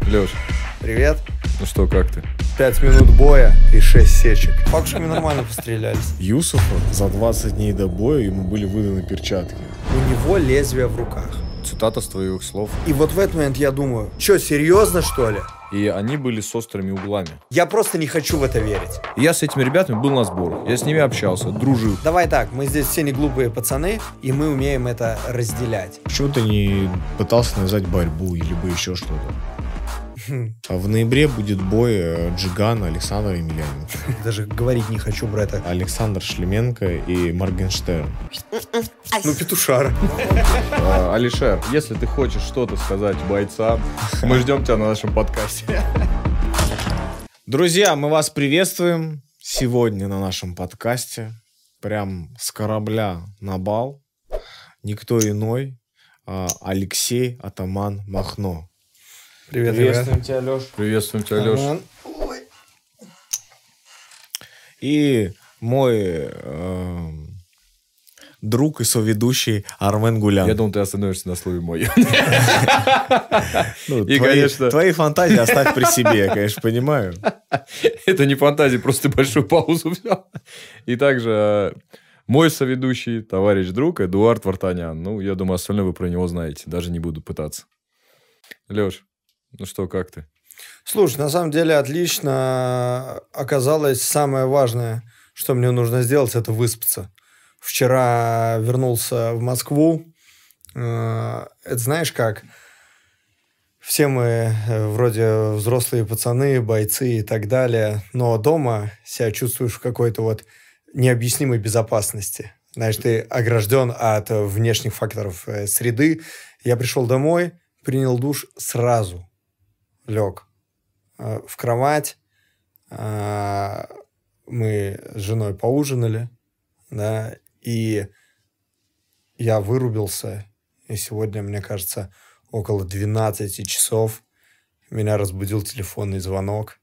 Леш, Привет. ну что, как ты? 5 минут боя и 6 сечек. Факшами нормально пострелялись. Юсуфа за 20 дней до боя ему были выданы перчатки. У него лезвие в руках. Цитата с твоих слов. И вот в этот момент я думаю, что, серьезно, что ли? И они были с острыми углами. Я просто не хочу в это верить. Я с этими ребятами был на сборах. Я с ними общался, дружил. Давай так, мы здесь все не глупые пацаны, и мы умеем это разделять. Почему ты не пытался навязать борьбу или бы еще что-то? А в ноябре будет бой Джигана, Александра Емельяненко, Даже говорить не хочу про это. Александр Шлеменко и Моргенштерн. Ну, петушар. Алишер, если ты хочешь что-то сказать бойцам, мы ждем тебя на нашем подкасте. Друзья, мы вас приветствуем сегодня на нашем подкасте. Прям с корабля на бал. Никто иной, Алексей Атаман Махно. Привет, Приветствуем тебя, Леш. Приветствуем тебя, Леш. И мой друг и соведущий Армен Гулян. Я думал, ты остановишься на слове «мой». Ну, И, конечно... твои фантазии оставь при себе, я, конечно, понимаю. Это не фантазия, просто большую паузу взял. И также мой соведущий, товарищ друг Эдуард Вартанян. Ну, я думаю, остальное вы про него знаете. Даже не буду пытаться. Леш, ну что, как ты? Слушай, на самом деле отлично. Оказалось, самое важное, что мне нужно сделать, это выспаться. Вчера вернулся в Москву. Это знаешь как? Все мы вроде взрослые пацаны, бойцы и так далее, но дома себя чувствуешь в какой-то вот необъяснимой безопасности. Знаешь, ты огражден от внешних факторов среды. Я пришел домой, принял душ, сразу лег в кровать. Мы с женой поужинали, да, и я вырубился. И сегодня, мне кажется, около 12 часов меня разбудил телефонный звонок.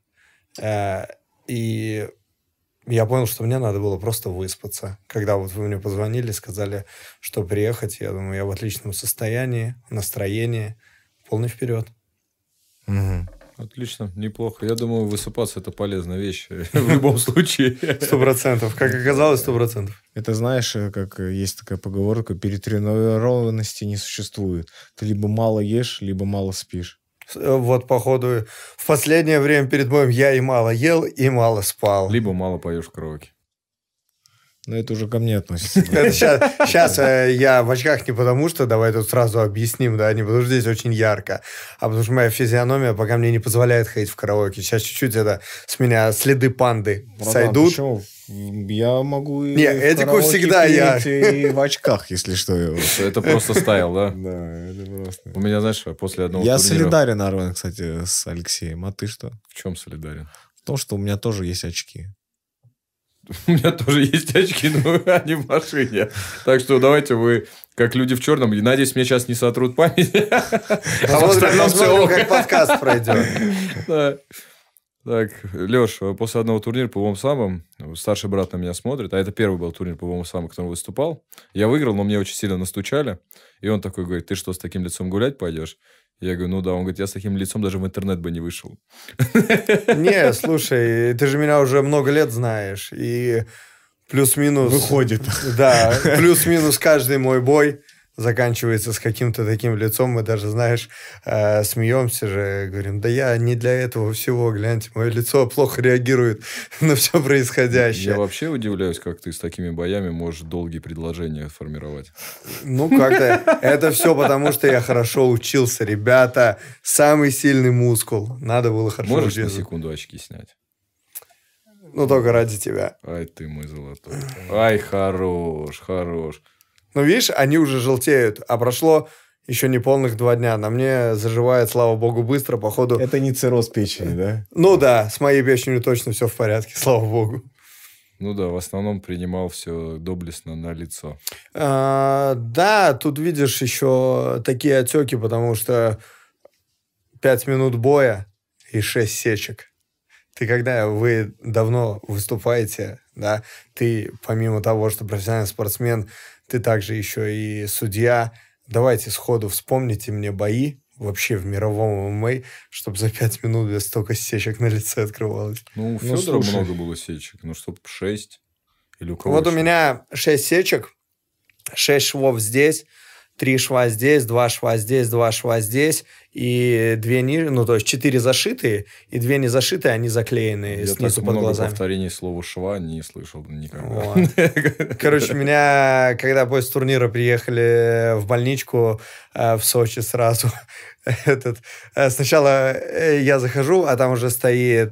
И я понял, что мне надо было просто выспаться. Когда вот вы мне позвонили, сказали, что приехать, я думаю, я в отличном состоянии, настроении, полный вперед. Угу. Отлично, неплохо. Я думаю, высыпаться – это полезная вещь в любом случае. 100%. Как оказалось, 100%. Это знаешь, как есть такая поговорка, перетренированности не существует. Ты либо мало ешь, либо мало спишь. Вот, походу, в последнее время перед боем я и мало ел, и мало спал. Либо мало поешь в караоке. Но это уже ко мне относится. Сейчас я в очках не потому, что, давай тут сразу объясним, да, не потому что здесь очень ярко, а потому что моя физиономия пока мне не позволяет ходить в караоке. Сейчас чуть-чуть это с меня следы панды сойдут. Почему? Я могу и не, в этику караоке всегда я. и в очках, если что. Это просто стайл, да? Да, это просто. У меня, знаешь, после одного Я турнира... солидарен, Армен, кстати, с Алексеем. А ты что? В чем солидарен? В том, что у меня тоже есть очки. У меня тоже есть очки, но они в машине. Так что давайте вы, как люди в черном, и надеюсь, мне сейчас не сотрут память. Посмотрим, как подкаст пройдет. Так, Леш, после одного турнира по ВОМ-самам, старший брат на меня смотрит, а это первый был турнир по ВОМ-самам, который выступал. Я выиграл, но мне очень сильно настучали. И он такой говорит, ты что, с таким лицом гулять пойдешь? Я говорю, ну да. Он говорит, я с таким лицом даже в интернет бы не вышел. Не, слушай, ты же меня уже много лет знаешь. И плюс-минус... Выходит. Да, плюс-минус каждый мой бой заканчивается с каким-то таким лицом. Мы даже, знаешь, смеемся же, говорим, да я не для этого всего, гляньте, мое лицо плохо реагирует на все происходящее. Я вообще удивляюсь, как ты с такими боями можешь долгие предложения формировать. Ну, как-то это все потому, что я хорошо учился, ребята. Самый сильный мускул. Надо было хорошо Можешь учиться. на секунду очки снять? Ну, только ради тебя. Ай, ты мой золотой. Ай, хорош, хорош. Ну, видишь, они уже желтеют, а прошло еще не полных 2 дня. На мне заживает, слава богу, быстро, походу. Это не цирроз печени, да? Ну да, с моей печенью точно все в порядке, слава богу. Ну да, в основном принимал все доблестно на лицо. Да, тут видишь еще такие отеки, потому что 5 минут боя и 6 сечек. Вы давно выступаете, да, ты помимо того, что профессиональный спортсмен, ты также еще и судья. Давайте сходу вспомните мне бои вообще в мировом ММА, чтобы за 5 минут столько сечек на лице открывалось. Ну, у Федора много было сечек. Ну, чтобы 6 или у кого Вот еще? у меня 6 сечек, 6 швов здесь, 3 шва здесь, 2 шва здесь, 2 шва здесь, и 2 ниже, ну, то есть 4 зашитые, и 2 не зашитые, они заклеенные Я снизу так под много глазами. повторений слова «шва» не слышал никогда. Вот. Короче, меня, когда после турнира приехали в больничку в Сочи сразу, сначала я захожу, а там уже стоит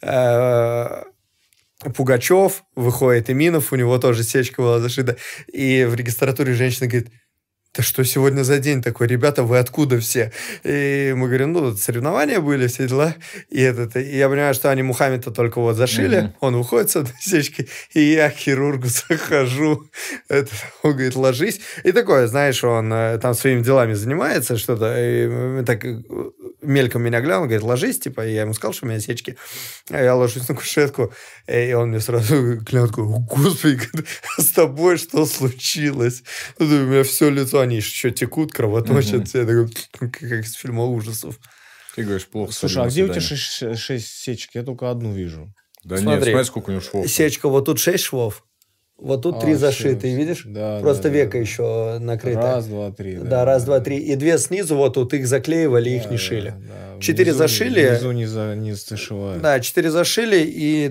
Пугачев, выходит Иминов, у него тоже сечка была зашита, и в регистратуре женщина говорит: да что сегодня за день такой? Ребята, вы откуда все? И мы говорим, ну, соревнования были, все дела. И я понимаю, что они Мухаммеда только вот зашили. Он выходит с одной сечки, и я к хирургу захожу. Он говорит, ложись. И такое, знаешь, он там своими делами занимается, что-то. И так мельком меня глянул, говорит, ложись, типа. И я ему сказал, что у меня сечки. А я ложусь на кушетку, и он мне сразу глянул, такой, господи, с тобой что случилось? У меня все лицо, они еще текут, кровоточат. Я такой, как из фильма ужасов. Ты говоришь, плохо. Слушай, а где у тебя 6 сечек? Я только одну вижу. Да нет, смотри, сколько у него швов. Сечка, вот тут 6 швов. Вот тут 3 зашитые, видишь? Да, просто века еще накрыто. Раз, два, три. Да, раз, два, три. И 2 снизу, вот тут их заклеивали, их не шили. 4 зашили. Внизу не зашивают. Да, 4 зашили и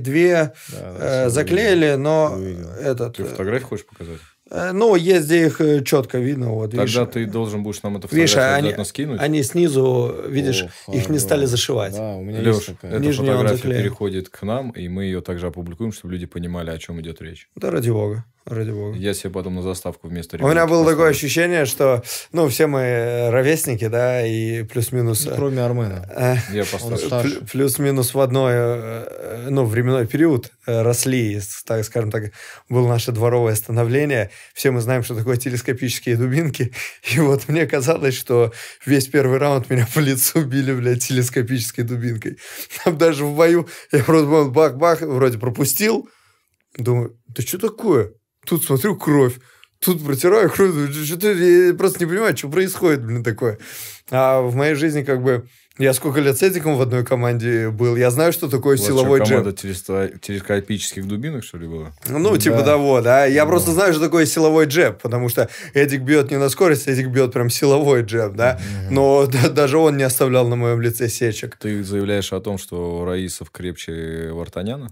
2 заклеили, но Ты фотографию хочешь показать? Ну, есть где их четко видно. Вот, Тогда видишь, ты должен будешь нам эту фотографию обязательно скинуть. Они снизу, видишь, их не стали зашивать. Да, у меня Леш, есть такая. эта Нижнюю он фотография заклеил. переходит к нам, и мы ее также опубликуем, чтобы люди понимали, о чем идет речь. Да, ради бога. Ради бога. Я себе потом на заставку вместо У меня было такое ощущение, что, ну, все мы ровесники, да, и плюс-минус... Кроме Армена. Я поставлю. Плюс-минус в одной, ну, временной период росли, так скажем так, было наше дворовое становление. Все мы знаем, что такое телескопические дубинки. И вот мне казалось, что весь первый раунд меня по лицу били, блядь, телескопической дубинкой. Там даже в бою я просто бах-бах, вроде пропустил. Думаю, да что такое? Тут смотрю, кровь. Тут протираю кровь. Что-то я просто не понимаю, что происходит, блин, такое. А в моей жизни как бы... Я сколько лет с Эдиком в одной команде был. Я знаю, что такое силовой джеб. Команда телескопических дубинок, что ли, была? Ну, типа того, да. Я просто знаю, что такое силовой джеб, потому что Эдик бьет не на скорость, Эдик бьет прям силовой джеб, да. Но даже он не оставлял на моем лице сечек. Ты заявляешь о том, что Раисов крепче Вартаняна?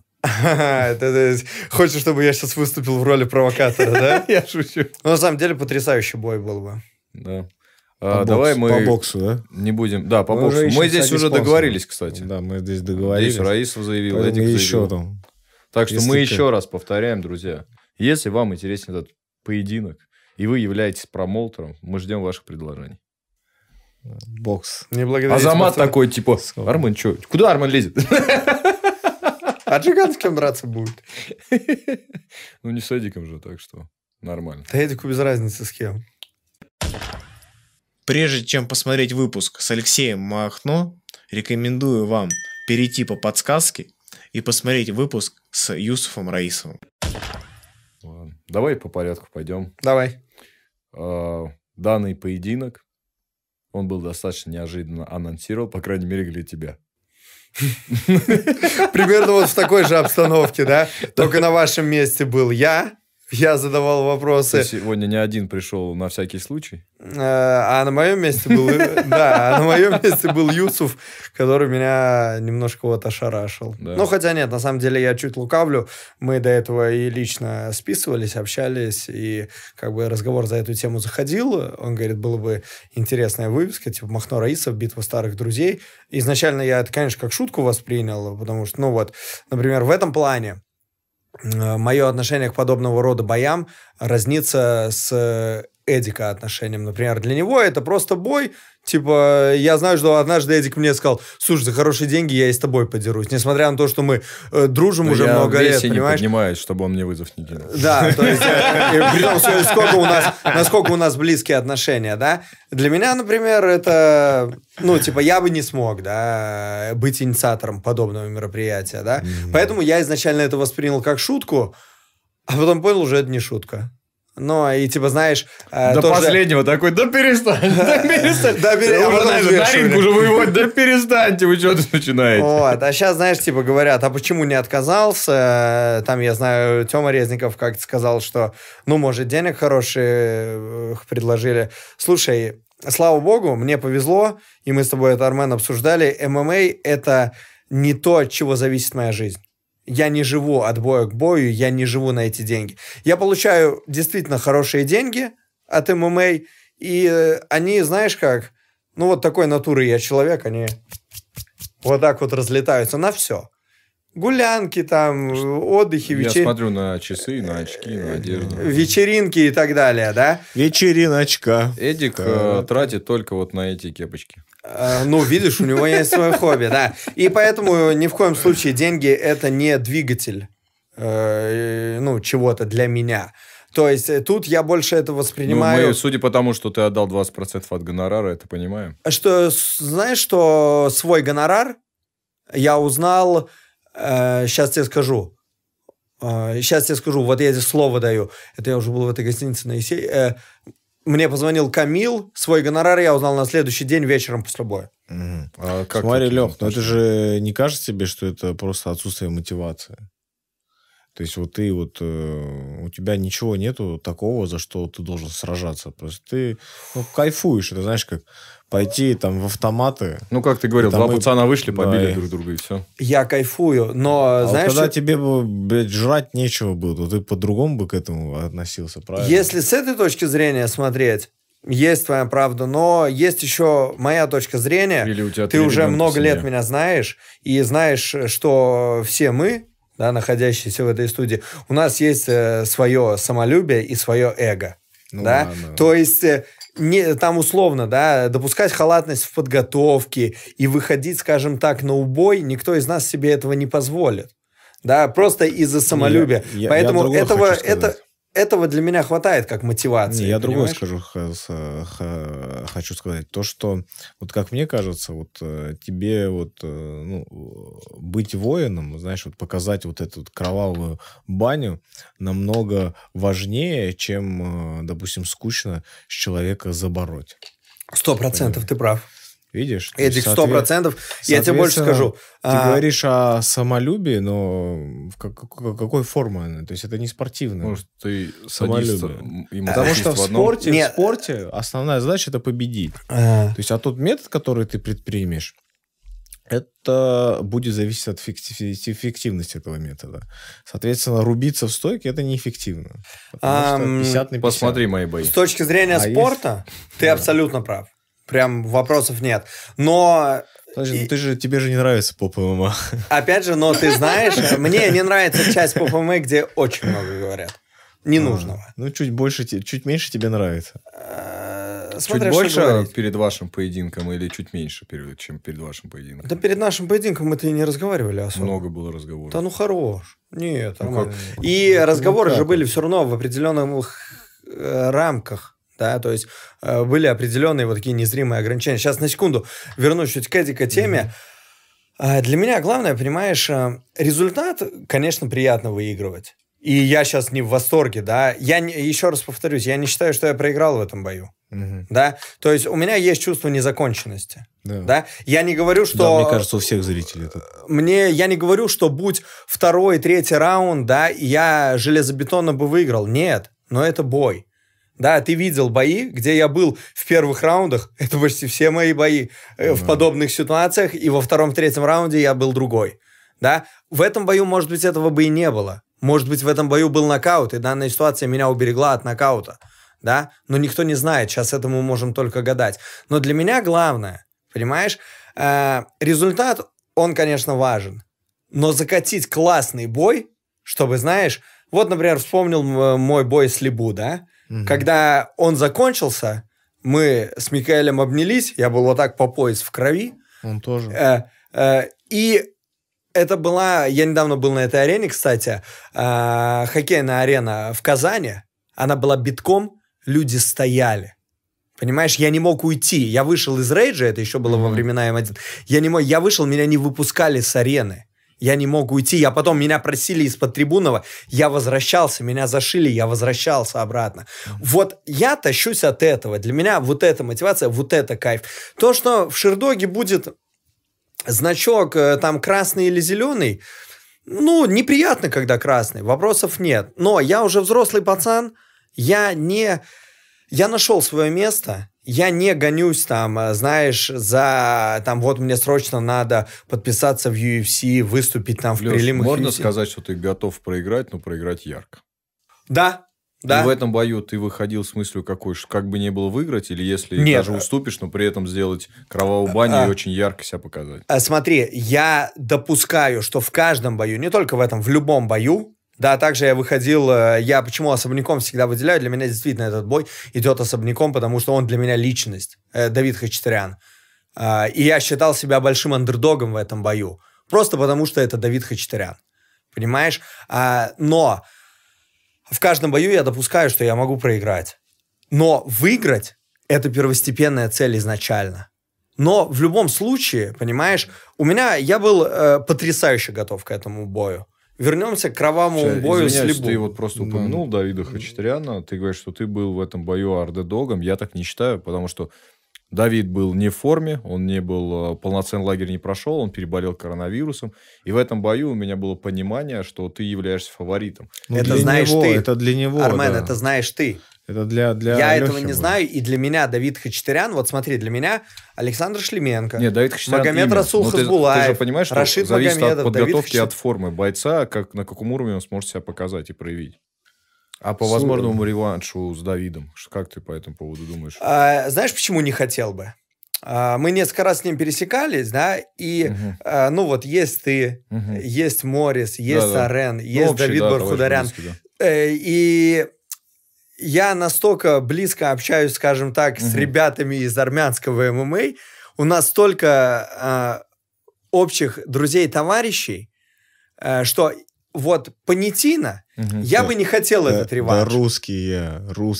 Ты хочешь, чтобы я сейчас выступил в роли провокатора, да? Я шучу. Ну, на самом деле, потрясающий бой был бы. Да. Давай мы... По боксу, да? Не будем... Да, по боксу. Мы здесь уже договорились, кстати. Да, мы здесь договорились. Здесь Раисов заявил, Эдик заявил. Еще там. Так что мы еще раз повторяем, друзья. Если вам интересен этот поединок, и вы являетесь промоутером, мы ждем ваших предложений. Бокс. Азамат такой, типа, Армен, что? Куда Армен лезет? А Джиган с кем драться будет? Ну, не с Эдиком же, так что нормально. Да Эдику без разницы с кем. Прежде чем посмотреть выпуск с Алексеем Махно, рекомендую вам перейти по подсказке и посмотреть выпуск с Юсуфом Раисовым. Ладно. Давай по порядку пойдем. Давай. Данный поединок, он был достаточно неожиданно анонсирован, по крайней мере, для тебя. Примерно вот в такой же обстановке, да? Только на вашем месте был я задавал вопросы. Ты сегодня не один пришел на всякий случай? А на моем месте был... Да, на моем месте был Юсуф, который меня немножко вот ошарашил. Да. Ну, хотя нет, на самом деле я чуть лукавлю. Мы до этого и лично списывались, общались, и как бы разговор за эту тему заходил. Он говорит, было бы интересная выписка, типа Махно Раисов, битва старых друзей. Изначально я это, конечно, как шутку воспринял, потому что, ну вот, например, в этом плане мое отношение к подобного рода боям разнится с Эдика отношением. Например, для него это просто бой. Типа, я знаю, что однажды Эдик мне сказал, слушай, за хорошие деньги я и с тобой подерусь. Несмотря на то, что мы дружим уже много лет, я понимаешь? не поднимаюсь, чтобы он мне вызов не кинул. Да, то есть, при том, насколько у нас близкие отношения, да. Для меня, например, это, ну, типа, я бы не смог, да, быть инициатором подобного мероприятия, да. Поэтому я изначально это воспринял как шутку, а потом понял, уже это не шутка. Ну, и типа, знаешь... До последнего такой, да перестань. На ринг уже выводит, да перестаньте, вы что тут начинаете? Вот, а сейчас, знаешь, типа говорят, а почему не отказался? Там, я знаю, Тёма Резников как-то сказал, что, ну, может, денег хороших предложили. Слушай, слава богу, мне повезло, и мы с тобой это, Армен, обсуждали. ММА – это не то, от чего зависит моя жизнь. Я не живу от боя к бою, я не живу на эти деньги. Я получаю действительно хорошие деньги от ММА, и они, знаешь как, ну вот такой натуры я человек, они вот так вот разлетаются на все. Гулянки там, отдыхи, Я смотрю на часы, на очки, на одежду. вечеринки и так далее, да? Вечериночка. Эдик тратит только вот на эти кепочки. Ну, видишь, у него есть свое хобби, да. И поэтому ни в коем случае деньги – это не двигатель ну, чего-то для меня. То есть тут я больше это воспринимаю... Ну, мы, судя по тому, что ты отдал 20% от гонорара, это понимаем. Что, знаешь, что свой гонорар я узнал... Сейчас тебе скажу. Вот я тебе слово даю. Это я уже был в этой гостинице на Исей. Мне позвонил Камил, свой гонорар я узнал на следующий день вечером после боя. А как Смотри, Лех, но это же не кажется тебе, что это просто отсутствие мотивации? То есть вот ты вот, у тебя ничего нету такого, за что ты должен сражаться. Просто ты кайфуешь. Это знаешь, как пойти там в автоматы. Ну, как ты говорил, два пацана вышли, побили друг друга, и все. Я кайфую, но, знаешь... Вот когда тебе бы, блядь, жрать нечего было, то ты по-другому бы к этому относился, правильно? Если с этой точки зрения смотреть, есть твоя правда, но есть еще моя точка зрения. Или у тебя ты уже много лет меня знаешь, и знаешь, что все мы, да, находящиеся в этой студии, у нас есть свое самолюбие и свое эго. Ну, да? ладно. То есть... там условно, да, допускать халатность в подготовке и выходить, скажем так, на убой, никто из нас себе этого не позволит. Да, просто из-за самолюбия. Поэтому этого для меня хватает как мотивации. Я другое хочу сказать. То, что, вот как мне кажется, вот тебе вот, быть воином, знаешь, вот показать вот эту кровавую баню намного важнее, чем, допустим, скучно с человека забороть. 100% ты прав. Видишь? Эдик, 100%. Я тебе больше скажу. Ты говоришь о самолюбии, но какой форме она? То есть это не спортивное. Может, ты самолюбие. Потому что в спорте основная задача – это победить. То есть, а тот метод, который ты предпримешь, это будет зависеть от эффективности этого метода. Соответственно, рубиться в стойке – это неэффективно. Потому что 50 на 50. Посмотри мои бои. С точки зрения спорта ты абсолютно прав. Прям вопросов нет. Но... Подожди, тебе же не нравится поп-ММА. Опять же, но ты знаешь, мне не нравится часть поп-ММА, где очень много говорят. Ненужного. Ну, чуть меньше тебе нравится. Смотря, чуть больше перед вашим поединком или чуть меньше, чем перед вашим поединком? Да перед нашим поединком мы-то и не разговаривали особо. Много было разговоров. Да ну хорош. Нет, нормально. И разговоры же были все равно в определенных рамках. Да, то есть были определенные вот такие незримые ограничения. Сейчас на секунду вернусь чуть к этой теме. Для меня главное, понимаешь, результат, конечно, приятно выигрывать. И я сейчас не в восторге, да. Еще раз повторюсь, я не считаю, что я проиграл в этом бою. Да? То есть у меня есть чувство незаконченности. Да? Я не говорю, что... Да, мне кажется, у всех зрителей это. Я не говорю, что будь второй, третий раунд, да, я железобетонно бы выиграл. Нет, но это бой. Да, ты видел бои, где я был в первых раундах, это почти все мои бои в подобных ситуациях, и во втором-третьем раунде я был другой. Да? В этом бою, может быть, этого бы и не было. Может быть, в этом бою был нокаут, и данная ситуация меня уберегла от нокаута. Да? Но никто не знает, сейчас этому можем только гадать. Но для меня главное, понимаешь, результат, он, конечно, важен. Но закатить классный бой, чтобы, знаешь, вот, например, вспомнил мой бой с Либу, да? Когда он закончился, мы с Микаэлем обнялись, я был вот так по пояс в крови. Он тоже. И это была... Я недавно был на этой арене, кстати, хоккейная арена в Казани. Она была битком, люди стояли. Понимаешь, я не мог уйти. Я вышел из рейджа, это еще было во времена М1. Я вышел, меня не выпускали с арены. Я не мог уйти. Меня просили из-под трибунного. Я возвращался, меня зашили, я возвращался обратно. Вот я тащусь от этого. Для меня вот эта мотивация, вот это кайф. То, что в Шердоге будет значок там красный или зеленый, неприятно, когда красный. Вопросов нет. Но я уже взрослый пацан. Я нашел свое место. Я не гонюсь там, знаешь, вот мне срочно надо подписаться в UFC, выступить там в прилимах. Можно сказать, что ты готов проиграть, но проиграть ярко? Да. И в этом бою ты выходил с мыслью какой, как бы не было выиграть, или если даже уступишь, но при этом сделать кровавую баню и очень ярко себя показать? Смотри, я допускаю, что в каждом бою, не только в этом, в любом бою, да, также я выходил, почему особняком всегда выделяю, для меня действительно этот бой идет особняком, потому что он для меня личность, Давид Хачатурян. И я считал себя большим андердогом в этом бою, просто потому что это Давид Хачатурян, понимаешь? Но в каждом бою я допускаю, что я могу проиграть. Но выиграть – это первостепенная цель изначально. Но в любом случае, понимаешь, я был потрясающе готов к этому бою. Вернемся к кровавому бою с Либу. Ты вот просто упомянул Давида Хачатуряна. Ты говоришь, что ты был в этом бою ардедогом. Я так не считаю, потому что Давид был не в форме, он не был, полноценный лагерь не прошел, он переболел коронавирусом. И в этом бою у меня было понимание, что ты являешься фаворитом. Это знаешь ты. Это для него, Армен, это знаешь ты. Это для я этого не знаю, и для меня Давид Хачатурян, вот смотри, для меня Александр Шлеменко, Магомед Расул Хазбулаев, ты же понимаешь, что Рашид зависит Магомедов, от подготовки, от формы бойца, на каком уровне он сможет себя показать и проявить. А по возможному реваншу с Давидом, как ты по этому поводу думаешь? Знаешь, почему не хотел бы? Мы несколько раз с ним пересекались, да, и, есть ты, есть Морис, есть Арен, есть Давид Бархударян, и я настолько близко общаюсь, скажем так, с ребятами из армянского ММА, у нас столько общих друзей и товарищей, что вот Понятина, я бы не хотел этот реванш. Да, русские.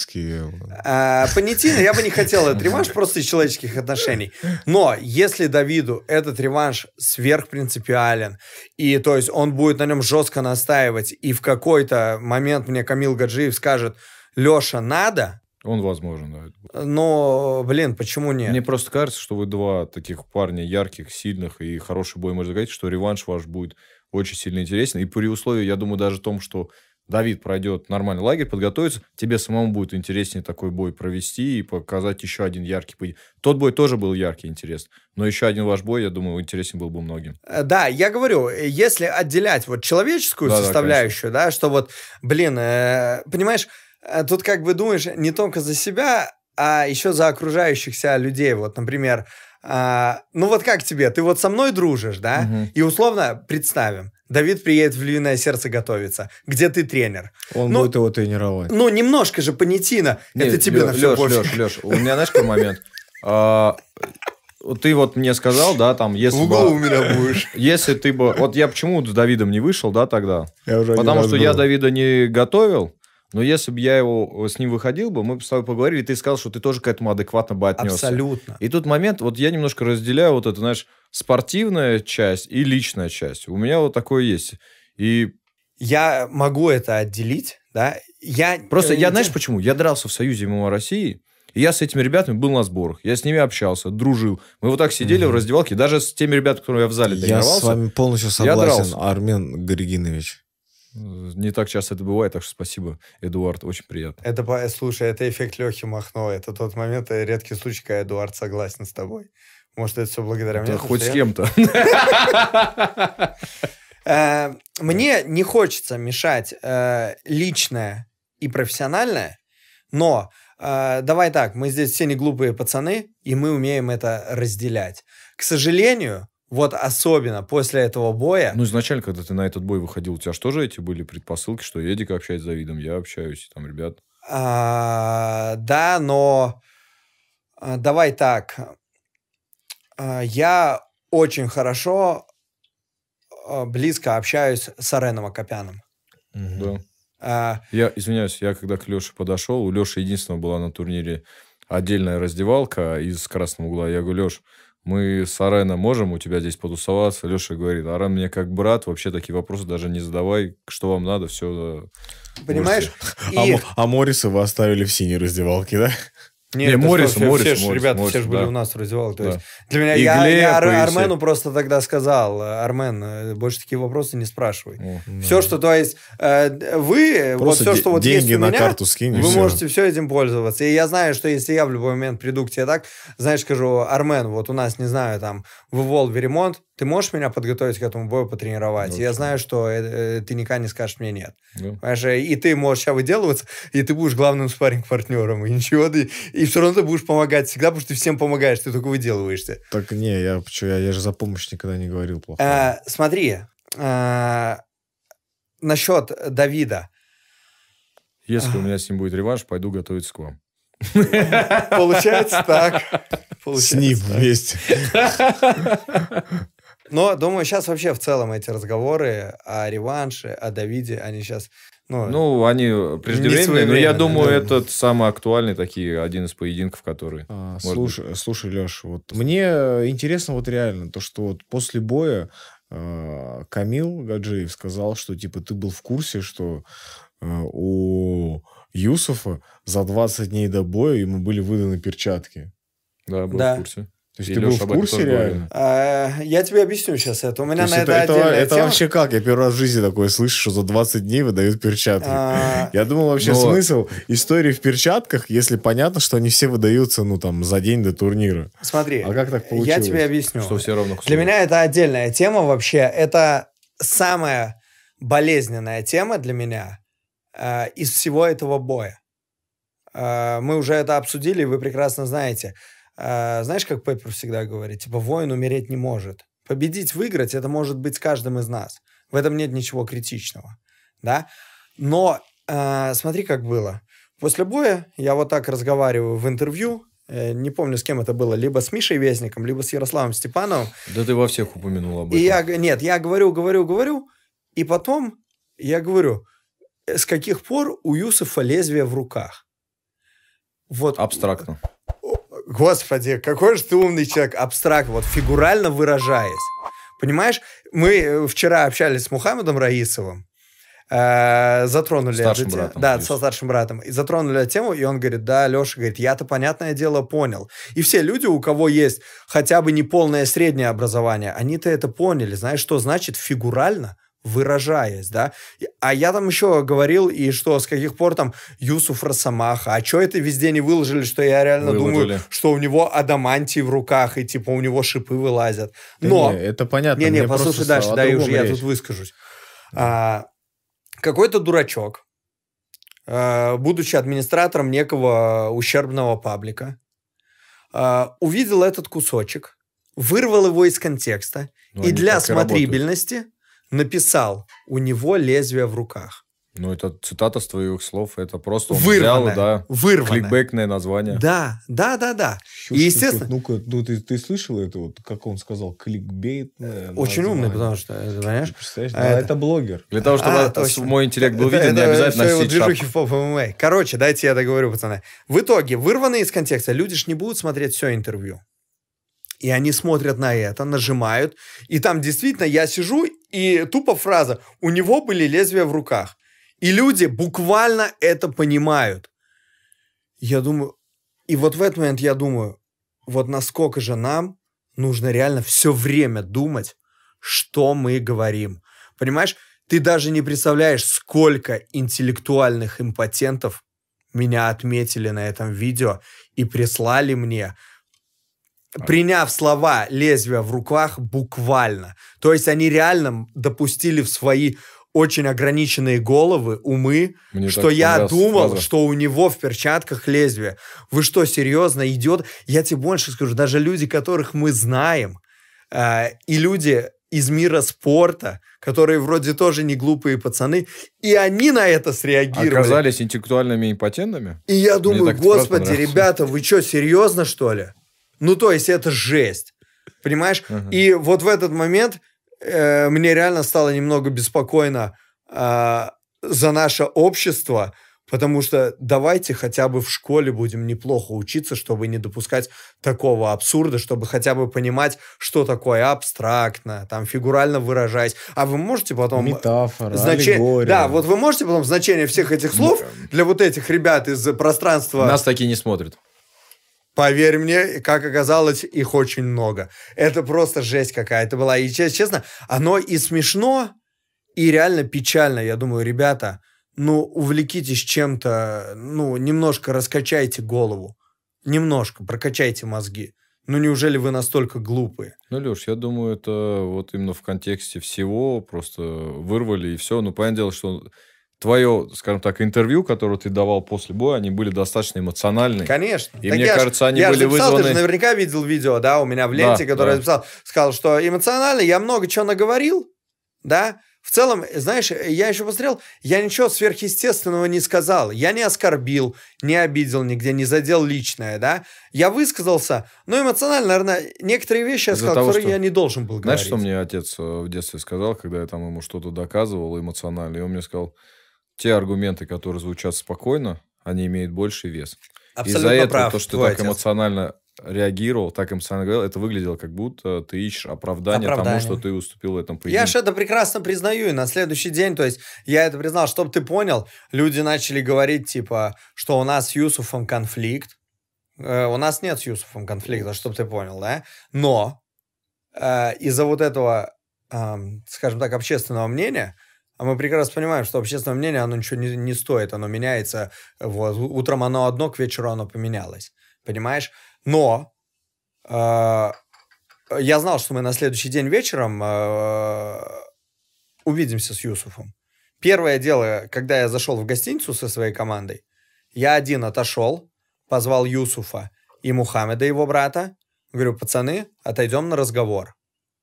Понятина, я бы не хотел этот реванш просто из человеческих отношений. Но если Давиду этот реванш сверхпринципиален, и то есть он будет на нем жестко настаивать, и в какой-то момент мне Камил Гаджиев скажет: Леша, надо? Он возможен, да. Но, почему нет? Мне просто кажется, что вы два таких парня ярких, сильных и хороший бой можете говорить, что реванш ваш будет очень сильно интересен. И при условии, я думаю, даже в том, что Давид пройдет нормальный лагерь, подготовится, тебе самому будет интереснее такой бой провести и показать еще один яркий бой. Тот бой тоже был яркий, интересный. Но еще один ваш бой, я думаю, интересен был бы многим. Да, я говорю, если отделять вот человеческую составляющую, да, что вот, понимаешь, тут как бы думаешь не только за себя, а еще за окружающихся людей. Вот, например, как тебе? Ты вот со мной дружишь, да? И условно представим, Давид приедет в Львиное Сердце готовиться, где ты тренер. Он будет его тренировать. Немножко же Понятина. Это тебе на все пофиг. Леш, у меня, знаешь, какой момент? Ты вот мне сказал, да, там, если в углу у меня будешь. Если ты бы... Вот я почему с Давидом не вышел, да, тогда? Потому что я Давида не готовил. Но если бы я с ним выходил бы, мы бы с тобой поговорили, и ты сказал, что ты тоже к этому адекватно бы отнесся. Абсолютно. И тут момент, вот я немножко разделяю вот это, знаешь, спортивная часть и личная часть. У меня вот такое есть. И... Я могу это отделить, да. Знаешь почему? Я дрался в Союзе ММА России, и я с этими ребятами был на сборах. Я с ними общался, дружил. Мы вот так сидели в раздевалке, даже с теми ребятами, которые я в зале тренировался. Я с вами полностью согласен, Армен Григинович. Не так часто это бывает, так что спасибо, Эдуард, очень приятно. Слушай, это эффект Лехи Махно. Это тот момент, редкий случай, когда Эдуард согласен с тобой. Может, это все благодаря мне? Хоть с кем-то. Мне не хочется мешать личное и профессиональное, но давай так, мы здесь все не глупые пацаны, и мы умеем это разделять. К сожалению, вот особенно после этого боя... Изначально, когда ты на этот бой выходил, у тебя же тоже эти были предпосылки, что Эдик общается с Давидом, я общаюсь, там, ребят. Да, но давай так. Я очень хорошо, близко общаюсь с Ареном Акопяном. Да. Я извиняюсь, я когда к Леше подошел, у Леши единственного была на турнире отдельная раздевалка из красного угла. Я говорю: Леш, мы с Ареном можем у тебя здесь потусоваться? Леша говорит, Арен мне как брат, вообще такие вопросы даже не задавай, что вам надо, все. Понимаешь? А Морриса вы оставили в синей раздевалке, да? Нет, Моррис, ребята, все же были у нас в раздевалке. То есть для меня, я Армену просто тогда сказал, Армен, больше такие вопросы не спрашивай. Все, что, то есть, вы, вот все, что вот есть у меня, карту скинь, вы можете все этим пользоваться. И я знаю, что если я в любой момент приду к тебе так, знаешь, скажу, Армен, вот у нас, не знаю, там, в Волве ремонт, ты можешь меня подготовить к этому бою, потренировать? И я знаю, что ты никогда не скажешь мне нет. Понимаешь? И ты можешь сейчас выделываться, и ты будешь главным спарринг-партнером, и ничего, и все равно ты будешь помогать всегда, потому что ты всем помогаешь, ты только выделываешься. Так не, я же за помощь никогда не говорил плохо. Смотри, насчет Давида. Если у меня с ним будет реванш, пойду готовиться к вам. Получается так. С ним вместе. Но, думаю, сейчас вообще в целом эти разговоры о реванше, о Давиде, они сейчас... Ну, они преждевременные, но я думаю, этот самый актуальный один из поединков, который... Слушай, Леш, вот мне интересно вот реально то, что вот после боя Камил Гаджиев сказал, что типа ты был в курсе, что у Юсуфа за 20 дней до боя ему были выданы перчатки. Да, был в курсе. То есть ты был в курсе реально? Я тебе объясню сейчас это. У меня на это отдельная тема. Вообще как? Я первый раз в жизни такое слышу, что за 20 дней выдают перчатки. Я думал, вообще смысл истории в перчатках, если понятно, что они все выдаются, за день до турнира. Смотри, а как так получилось? Я тебе объясню. Что все равно. Для меня это отдельная тема вообще. Это самая болезненная тема для меня из всего этого боя. Мы уже это обсудили, вы прекрасно знаете. Знаешь, как Пеппер всегда говорит, типа, воин умереть не может. Победить, выиграть, это может быть с каждым из нас. В этом нет ничего критичного, да? Но смотри, как было. После боя я вот так разговариваю в интервью, не помню, с кем это было, либо с Мишей Вестником, либо с Ярославом Степановым. Да ты во всех упомянул об этом. И я говорю, и потом я говорю, с каких пор у Юсуфа лезвие в руках? Вот. Абстрактно. Господи, какой же ты умный человек. Абстракт, вот фигурально выражаясь. Понимаешь, мы вчера общались с Мухаммедом Раисовым, затронули старшим братом. Да, со старшим братом. И затронули эту тему, и он говорит, да, Леша, говорит, я-то, понятное дело, понял. И все люди, у кого есть хотя бы неполное среднее образование, они-то это поняли. Знаешь, что значит фигурально выражаясь, да? А я там еще говорил, и что, с каких пор там Юсуф Росомаха, а что это везде не выложили, что я реально думаю, что у него адамантий в руках, и типа у него шипы вылазят. Но... Не, это понятно. Не, послушай дальше, да, и уже я тут выскажусь. Какой-то дурачок, будучи администратором некого ущербного паблика, увидел этот кусочек, вырвал его из контекста, и для смотрибельности написал, у него лезвие в руках. Ну, это цитата с твоих слов, это просто он взял, да, кликбейкное название. Да. И, естественно... Ну-ка, ты слышал это, вот, как он сказал, кликбейтное очень название. умный, потому что, понимаешь? Ты представляешь? Это блогер. Для того, чтобы мой интеллект был виден, не обязательно носить шапку. В поп-ММА. Короче, дайте я договорю, пацаны. В итоге, вырванные из контекста, люди ж не будут смотреть все интервью. И они смотрят на это, нажимают, и там действительно я сижу, и тупо фраза «у него были лезвия в руках». И люди буквально это понимают. Я думаю, и вот в этот момент я думаю, вот насколько же нам нужно реально все время думать, что мы говорим. Понимаешь, ты даже не представляешь, сколько интеллектуальных импотентов меня отметили на этом видео и прислали мне, приняв слова «лезвие в руках» буквально. То есть они реально допустили в свои очень ограниченные головы, умы, что я думал, что у него в перчатках лезвие. Вы что, серьезно, идет? Я тебе больше скажу, даже люди, которых мы знаем, и люди из мира спорта, которые вроде тоже не глупые пацаны, и они на это среагировали. Оказались интеллектуальными импотентами? И я думаю, господи, ребята, вы что, серьезно, что ли? Ну, то есть, это жесть. Понимаешь? И вот в этот момент мне реально стало немного беспокойно за наше общество, Потому что давайте хотя бы в школе будем неплохо учиться, чтобы не допускать такого абсурда, чтобы хотя бы понимать, что такое абстрактно, там, фигурально выражать. А вы можете потом... Метафора, аллегория. Да, вот вы можете потом значение всех этих слов для вот этих ребят из пространства... Нас такие не смотрят. Поверь мне, как оказалось, их очень много. Это просто жесть какая-то была. И, честно, оно и смешно, и реально печально. Я думаю, ребята, ну, увлекитесь чем-то, ну, немножко раскачайте голову. Немножко прокачайте мозги. Ну, неужели вы настолько глупые? Ну, Леш, я думаю, это вот именно в контексте всего просто вырвали, и все. Ну, понятное дело, что... Твое, скажем так, интервью, которое ты давал после боя, они были достаточно эмоциональные. Конечно. И так мне кажется, они были вызваны... Ты же наверняка видел видео, да, у меня в ленте, которое я записал. Сказал, что эмоционально я много чего наговорил, да. В целом, знаешь, я еще посмотрел, я ничего сверхъестественного не сказал. Я не оскорбил, не обидел нигде, не задел личное, да. Я высказался, но эмоционально, наверное, некоторые вещи я сказал, которые я не должен был говорить. Знаешь, что мне отец в детстве сказал, когда я там ему что-то доказывал эмоционально? И он мне сказал... Те аргументы, которые звучат спокойно, они имеют больший вес. Абсолютно из-за прав, этого, то, что ты так эмоционально реагировал, так эмоционально говорил, это выглядело, как будто ты ищешь оправдание тому, что ты уступил в этом поединке. Я же это прекрасно признаю, и на следующий день, то есть, я это признал, чтобы ты понял, люди начали говорить, типа, что у нас с Юсуфом конфликт. У нас нет с Юсуфом конфликта, чтобы ты понял, да? Но из-за вот этого, скажем так, общественного мнения... А мы прекрасно понимаем, что общественное мнение, оно ничего не стоит, оно меняется. Вот. Утром оно одно, к вечеру оно поменялось. Понимаешь? Но я знал, что мы на следующий день вечером увидимся с Юсуфом. Первое дело, когда я зашел в гостиницу со своей командой, я один отошел, позвал Юсуфа и Мухаммеда, его брата. Говорю, пацаны, отойдем на разговор.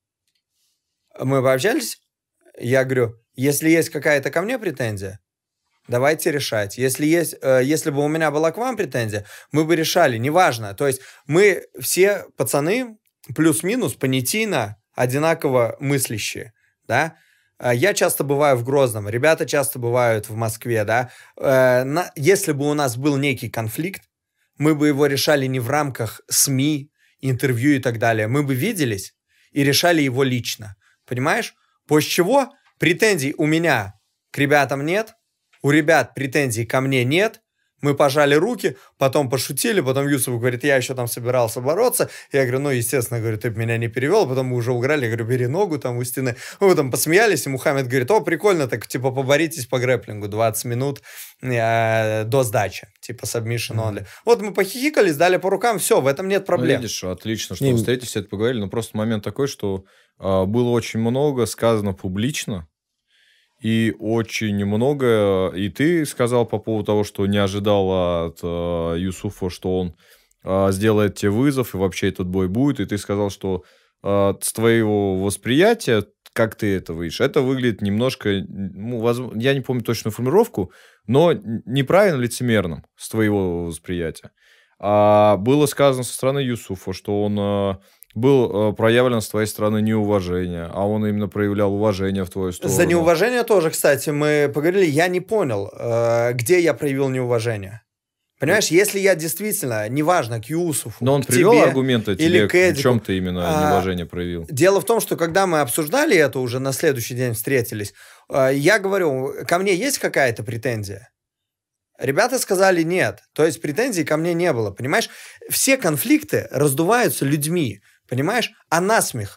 Мы пообщались. Я говорю, если есть какая-то ко мне претензия, давайте решать. Если бы у меня была к вам претензия, мы бы решали, неважно. То есть мы все пацаны плюс-минус понятийно одинаково мыслящие, да. Я часто бываю в Грозном, ребята часто бывают в Москве, да. Если бы у нас был некий конфликт, мы бы его решали не в рамках СМИ, интервью и так далее. Мы бы виделись и решали его лично. Понимаешь? После чего претензий у меня к ребятам нет, у ребят претензий ко мне нет, мы пожали руки, потом пошутили, потом Юсуф говорит, я еще там собирался бороться, я говорю, ну, естественно, говорю, ты меня не перевел, потом мы уже уграли, я говорю, бери ногу там у стены, мы там посмеялись, и Мухаммед говорит, о, прикольно, так, типа, поборитесь по грэпплингу, 20 минут до сдачи, типа, submission only. Вот мы похихикали, сдали по рукам, все, в этом нет проблем. Ну, видишь, отлично, что встретились, это поговорили, но просто момент такой, что было очень много сказано публично, и очень много, и ты сказал по поводу того, что не ожидал от Юсуфа, что он сделает тебе вызов, и вообще этот бой будет, и ты сказал, что с твоего восприятия, как ты это видишь, это выглядит немножко, ну, я не помню точную формулировку, но неправильно лицемерным с твоего восприятия. А было сказано со стороны Юсуфа, что он... был проявлено с твоей стороны неуважение, а он именно проявлял уважение в твою сторону. За неуважение тоже, кстати, мы поговорили. Я не понял, где я проявил неуважение. Понимаешь, если я действительно, неважно, к Юсуфу, но он привел аргументы тебе, в чем ты именно неуважение проявил? Дело в том, что когда мы обсуждали это, уже на следующий день встретились, я говорю, ко мне есть какая-то претензия? Ребята сказали нет. То есть претензий ко мне не было, понимаешь? Все конфликты раздуваются людьми. Понимаешь? А насмех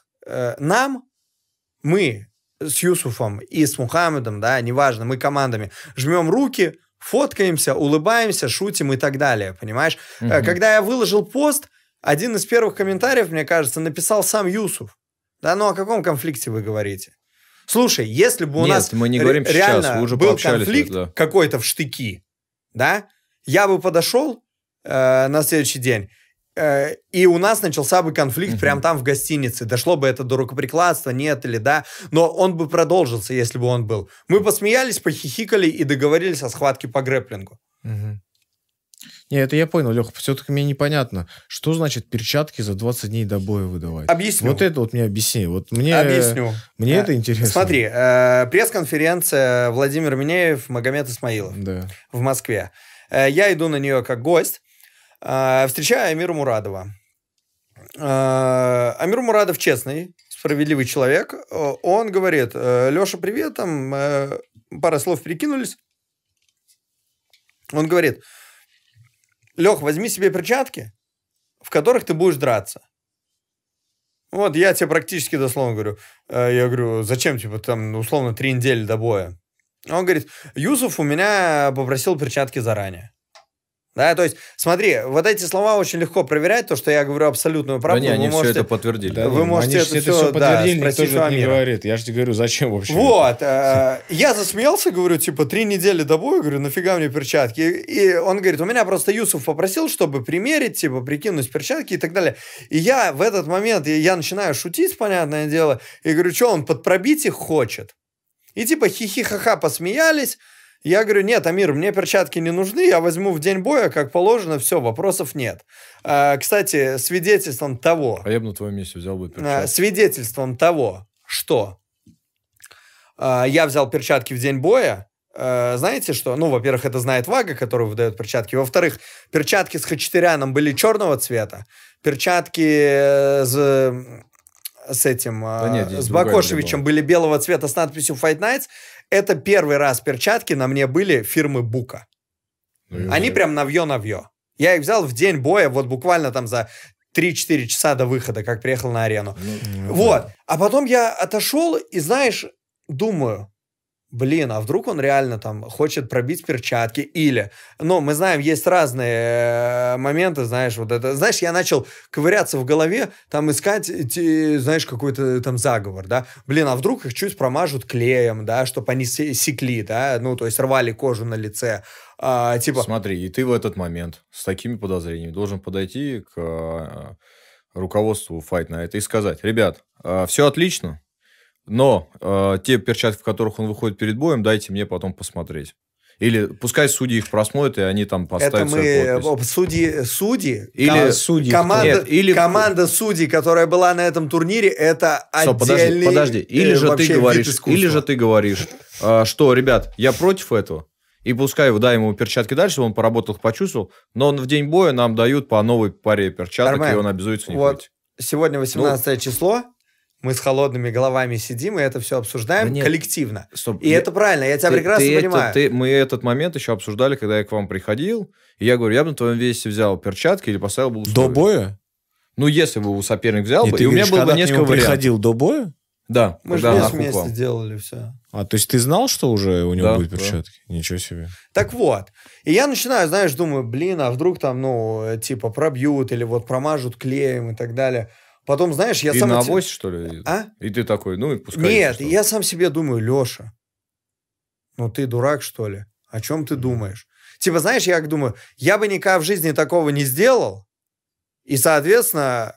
мы с Юсуфом и с Мухаммедом, да, неважно, мы командами, жмем руки, фоткаемся, улыбаемся, шутим и так далее, понимаешь? Когда я выложил пост, один из первых комментариев, мне кажется, написал сам Юсуф. Да, ну о каком конфликте вы говорите? Слушай, если бы у нас мы не говорим реально сейчас, вы уже был конфликт какой-то в штыки, да, я бы подошел на следующий день, и у нас начался бы конфликт прямо там в гостинице. Дошло бы это до рукоприкладства, нет или да. Но он бы продолжился, если бы он был. Мы посмеялись, похихикали и договорились о схватке по грэпплингу. Не, это я понял, Леха, все-таки мне непонятно, что значит перчатки за 20 дней до боя выдавать? Объясню. Вот это вот мне объясни. Вот мне, Объясню. Мне это интересно. Смотри, пресс-конференция Владимир Минеев, Магомед Исмаилов в Москве. Я иду на нее как гость, встречаю Амира Мурадова. Амир Мурадов честный, справедливый человек. Он говорит: Леша, привет, там пара слов перекинулись. Он говорит: Лех, возьми себе перчатки, в которых ты будешь драться. Вот, я тебе практически дословно говорю. Я говорю: зачем, типа, там, условно, 3 недели до боя? Он говорит: Юсуф у меня попросил перчатки заранее. Да, то есть, смотри, вот эти слова очень легко проверять, то, что я говорю абсолютную правду. Да, они все это подтвердили. Да, вы можете это все подтвердили, никто же не говорит. Я же тебе говорю, зачем вообще? Вот, я засмеялся, говорю, типа, 3 недели до боя, говорю, нафига мне перчатки? И он говорит: у меня просто Юсуф попросил, чтобы примерить, типа, прикинуть перчатки и так далее. И я в этот момент, я начинаю шутить, понятное дело, и говорю: что, он подпробить их хочет? И типа хихи-ха-ха посмеялись. Я говорю: нет, Амир, мне перчатки не нужны, я возьму в день боя, как положено, все, вопросов нет. Кстати, свидетельством того... А я бы на твоем месте взял бы перчатки. Свидетельством того, что я взял перчатки в день боя, знаете что? Ну, во-первых, это знает Вага, который выдает перчатки. Во-вторых, перчатки с Хачатуряном были черного цвета, перчатки с этим, с Бакошевичем были белого цвета с надписью Fight Nights. Это первый раз перчатки на мне были фирмы Бука. Они прям навье-навье. Я их взял в день боя, вот буквально там за 3-4 часа до выхода, как приехал на арену. Вот. А потом я отошел и, знаешь, думаю: блин, а вдруг он реально там хочет пробить перчатки? Или, ну, мы знаем, есть разные моменты, знаешь, вот это, знаешь, я начал ковыряться в голове, там искать, знаешь, какой-то там заговор, да, блин, а вдруг их чуть промажут клеем, да, чтобы они секли, да, ну, то есть рвали кожу на лице, типа... Смотри, и ты в этот момент с такими подозрениями должен подойти к руководству Fight Night и сказать: ребят, все отлично, но те перчатки, в которых он выходит перед боем, дайте мне потом посмотреть. Или пускай судьи их просмотрят, и они там поставят свою подпись. Судьи, или судьи, команда судей, которая была на этом турнире, это отдельный... Подожди. Или же ты говоришь, что, ребят, я против этого, и пускай дай ему перчатки дальше, он поработал, почувствовал, но в день боя нам дают по новой паре перчаток, Армен, и он обязуется в них выйти. Сегодня 18 число. Мы с холодными головами сидим и это все обсуждаем коллективно. Стоп, и это правильно, я тебя прекрасно понимаю. Мы этот момент еще обсуждали, когда я к вам приходил. И я говорю: я бы на твоем месте взял перчатки или поставил бы условия. До боя? Ну, если бы соперник взял бы, и у меня было бы несколько вариантов. Ты приходил до боя? Да. Мы же вместе делали все. А, то есть ты знал, что уже у него будут перчатки? Ничего себе. Так вот. И я начинаю, знаешь, думаю: блин, а вдруг там, ну, типа пробьют или вот промажут клеем и так далее. Потом, знаешь, я и сам... на авось, что ли? И ты такой, ну и пускай... Нет, я сам себе думаю: Леша, ну ты дурак, что ли? О чем ты думаешь? Типа, знаешь, я как думаю, я бы никогда в жизни такого не сделал, и, соответственно,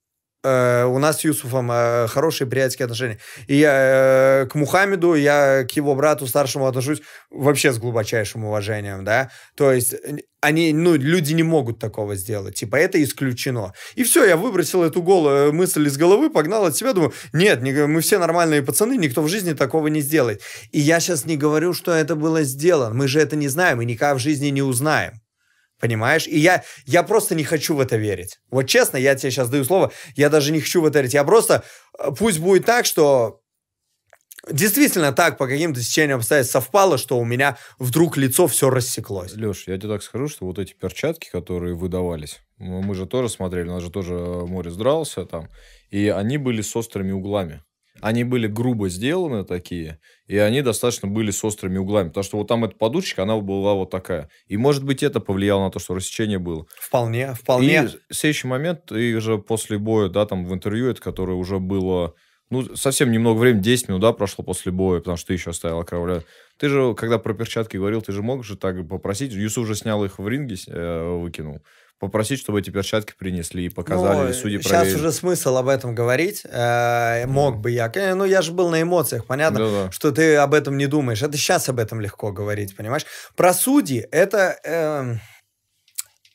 у нас с Юсуфом хорошие приятельские отношения. И я к Мухаммеду, я к его брату старшему отношусь вообще с глубочайшим уважением, да. То есть они, ну, люди не могут такого сделать. Типа, это исключено. И все, я выбросил эту мысль из головы, погнал от себя, думаю: нет, мы все нормальные пацаны, никто в жизни такого не сделает. И я сейчас не говорю, что это было сделано. Мы же это не знаем и никогда в жизни не узнаем. Понимаешь? И я просто не хочу в это верить. Вот честно, я тебе сейчас даю слово, я даже не хочу в это верить. Я просто... Пусть будет так, что действительно так по каким-то течениям обстоятельств совпало, что у меня вдруг лицо все рассеклось. Леш, я тебе так скажу, что вот эти перчатки, которые выдавались, мы же тоже смотрели, у нас же тоже Морис дрался там, и они были с острыми углами. Они были грубо сделаны такие, и они достаточно были с острыми углами. Потому что вот там эта подушечка, она была вот такая. И, может быть, это повлияло на то, что рассечение было. Вполне. И в следующий момент, и уже после боя, да, там в интервью, это которое уже было, ну, совсем немного времени, 10 минут, да, прошло после боя, потому что ты еще оставил окровавлять. Ты же, когда про перчатки говорил, ты же мог же так попросить. Юсуф же снял их в ринге, выкинул. Попросить, чтобы эти перчатки принесли и показали, судьи проверили. Сейчас уже смысл об этом говорить. Мог бы я. Ну, я же был на эмоциях. Понятно, что ты об этом не думаешь. Это сейчас об этом легко говорить, понимаешь? Про судьи это...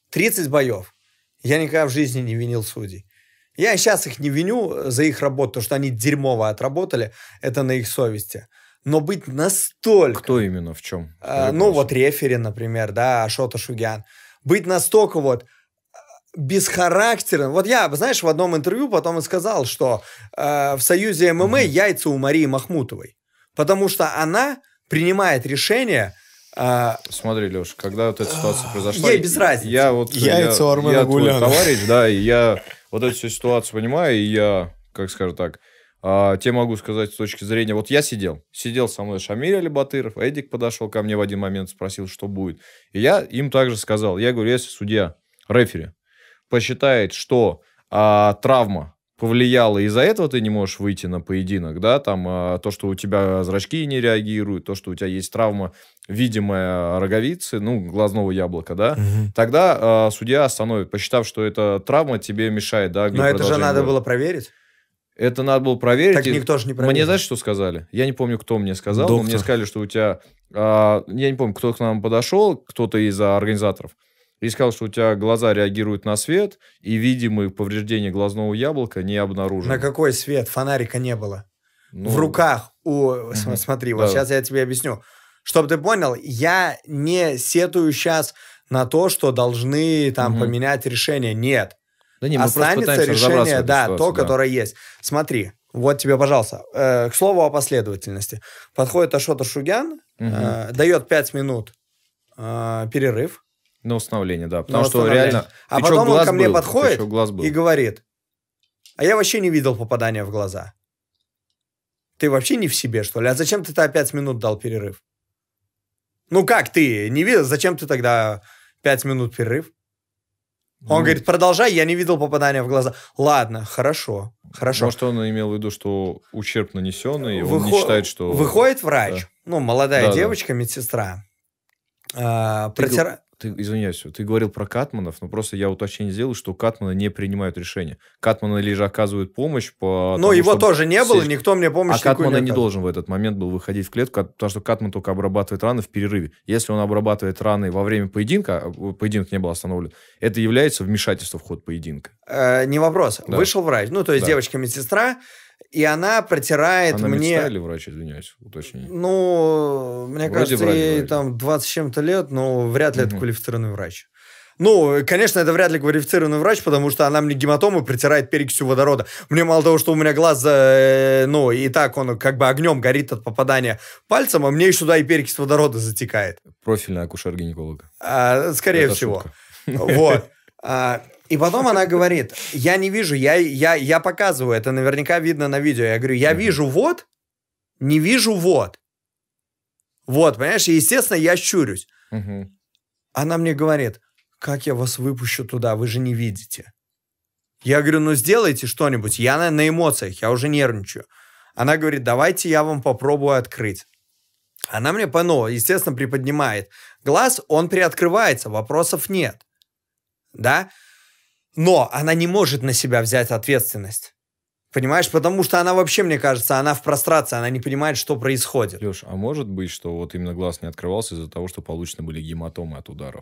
30 боев. Я никогда в жизни не винил судей. Я сейчас их не виню за их работу, потому что они дерьмово отработали. Это на их совести. Но быть настолько... Кто именно, в чем? Вот рефери, например, да, Ашот Ашугян. Быть настолько вот бесхарактерным. Вот я, знаешь, в одном интервью потом и сказал, что в союзе ММА яйца у Марии Махмутовой. Потому что она принимает решение... Смотри, Леш, когда вот эта ситуация произошла... Ей без разницы. Я твой товарищ, да, и я вот эту всю ситуацию понимаю, и я, как скажу так, тебе могу сказать с точки зрения... Вот я сидел со мной Шамиль Алибатыров, Эдик подошел ко мне в один момент, спросил, что будет. И я им также сказал, я говорю, если судья, рефери, посчитает, что травма повлияла, из-за этого ты не можешь выйти на поединок, да, там то, что у тебя зрачки не реагируют, то, что у тебя есть травма видимая роговицы, глазного яблока, да, тогда судья остановит, посчитав, что эта травма тебе мешает, да. Но это же надо было проверить. Это надо было проверить. Так никто же не проверил. Мне знаешь, что сказали? Я не помню, кто мне сказал, но мне сказали, что у тебя... я не помню, кто к нам подошел, кто-то из организаторов, и сказал, что у тебя глаза реагируют на свет, и видимые повреждения глазного яблока не обнаружены. На какой свет? Фонарика не было. В руках Смотри, вот сейчас я тебе объясню. Чтобы ты понял, я не сетую сейчас на то, что должны там поменять решение. Нет. Да не, останется решение, то, которое есть. Смотри, вот тебе, пожалуйста. К слову о последовательности. Подходит Ашот Ашугян, дает 5 минут перерыв. На установление, да. Потому что реально... А потом он ко мне подходит и говорит, а я вообще не видел попадания в глаза. Ты вообще не в себе, что ли? А зачем ты 5 минут дал перерыв? Ну как ты не видел? Зачем ты тогда 5 минут перерыв? Он говорит, продолжай, я не видел попадания в глаза. Ладно, хорошо. Может, он имел в виду, что ущерб нанесенный, он не считает, что... Выходит врач, молодая девочка, медсестра. Ты, извиняюсь, ты говорил про катманов, но просто я уточнение сделал, что катманы не принимают решения. Катманы лишь оказывают помощь по... Но его тоже не было, никто мне помощь не оказывал. А катман не должен в этот момент был выходить в клетку, потому что катман только обрабатывает раны в перерыве. Если он обрабатывает раны во время поединка, поединок не был остановлен, это является вмешательством в ход поединка. Не вопрос. Да. Вышел врач, то есть девочка-медсестра, и она протирает она мне... Она медсестра или врач, извиняюсь, уточни. Мне кажется, ей там 20 с чем-то лет, но вряд ли это квалифицированный врач. Конечно, это вряд ли квалифицированный врач, потому что она мне гематому притирает перекисью водорода. Мне мало того, что у меня глаз, и так он как бы огнем горит от попадания пальцем, а мне еще сюда и перекись водорода затекает. Профильный акушер-гинеколог. Скорее это всего. Вот. И потом она говорит, я не вижу, я показываю, это наверняка видно на видео. Я говорю, я вижу вот, не вижу вот. Вот, понимаешь, и, естественно, я щурюсь. Она мне говорит, как я вас выпущу туда, вы же не видите. Я говорю, сделайте что-нибудь, я на эмоциях, я уже нервничаю. Она говорит, давайте я вам попробую открыть. Она мне, естественно, приподнимает глаз, он приоткрывается, вопросов нет. Да? Но она не может на себя взять ответственность. Понимаешь? Потому что она вообще, мне кажется, она в прострации, она не понимает, что происходит. Леш, а может быть, что вот именно глаз не открывался из-за того, что получены были гематомы от ударов?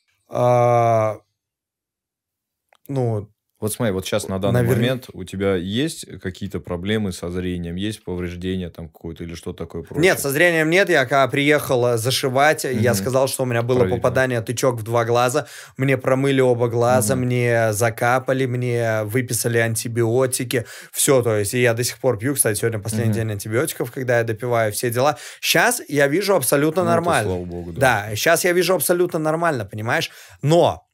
Вот смотри, вот сейчас на данный момент у тебя есть какие-то проблемы со зрением, есть повреждения там какое-то или что такое прочее? Нет, со зрением нет. Я когда приехал зашивать, я сказал, что у меня было попадание, тычок в 2 глаза. Мне промыли оба глаза, мне закапали, мне выписали антибиотики. Все, то есть, и я до сих пор пью. Кстати, сегодня последний день антибиотиков, когда я допиваю все дела. Сейчас я вижу абсолютно нормально. Слава богу, да, сейчас я вижу абсолютно нормально, понимаешь? Но...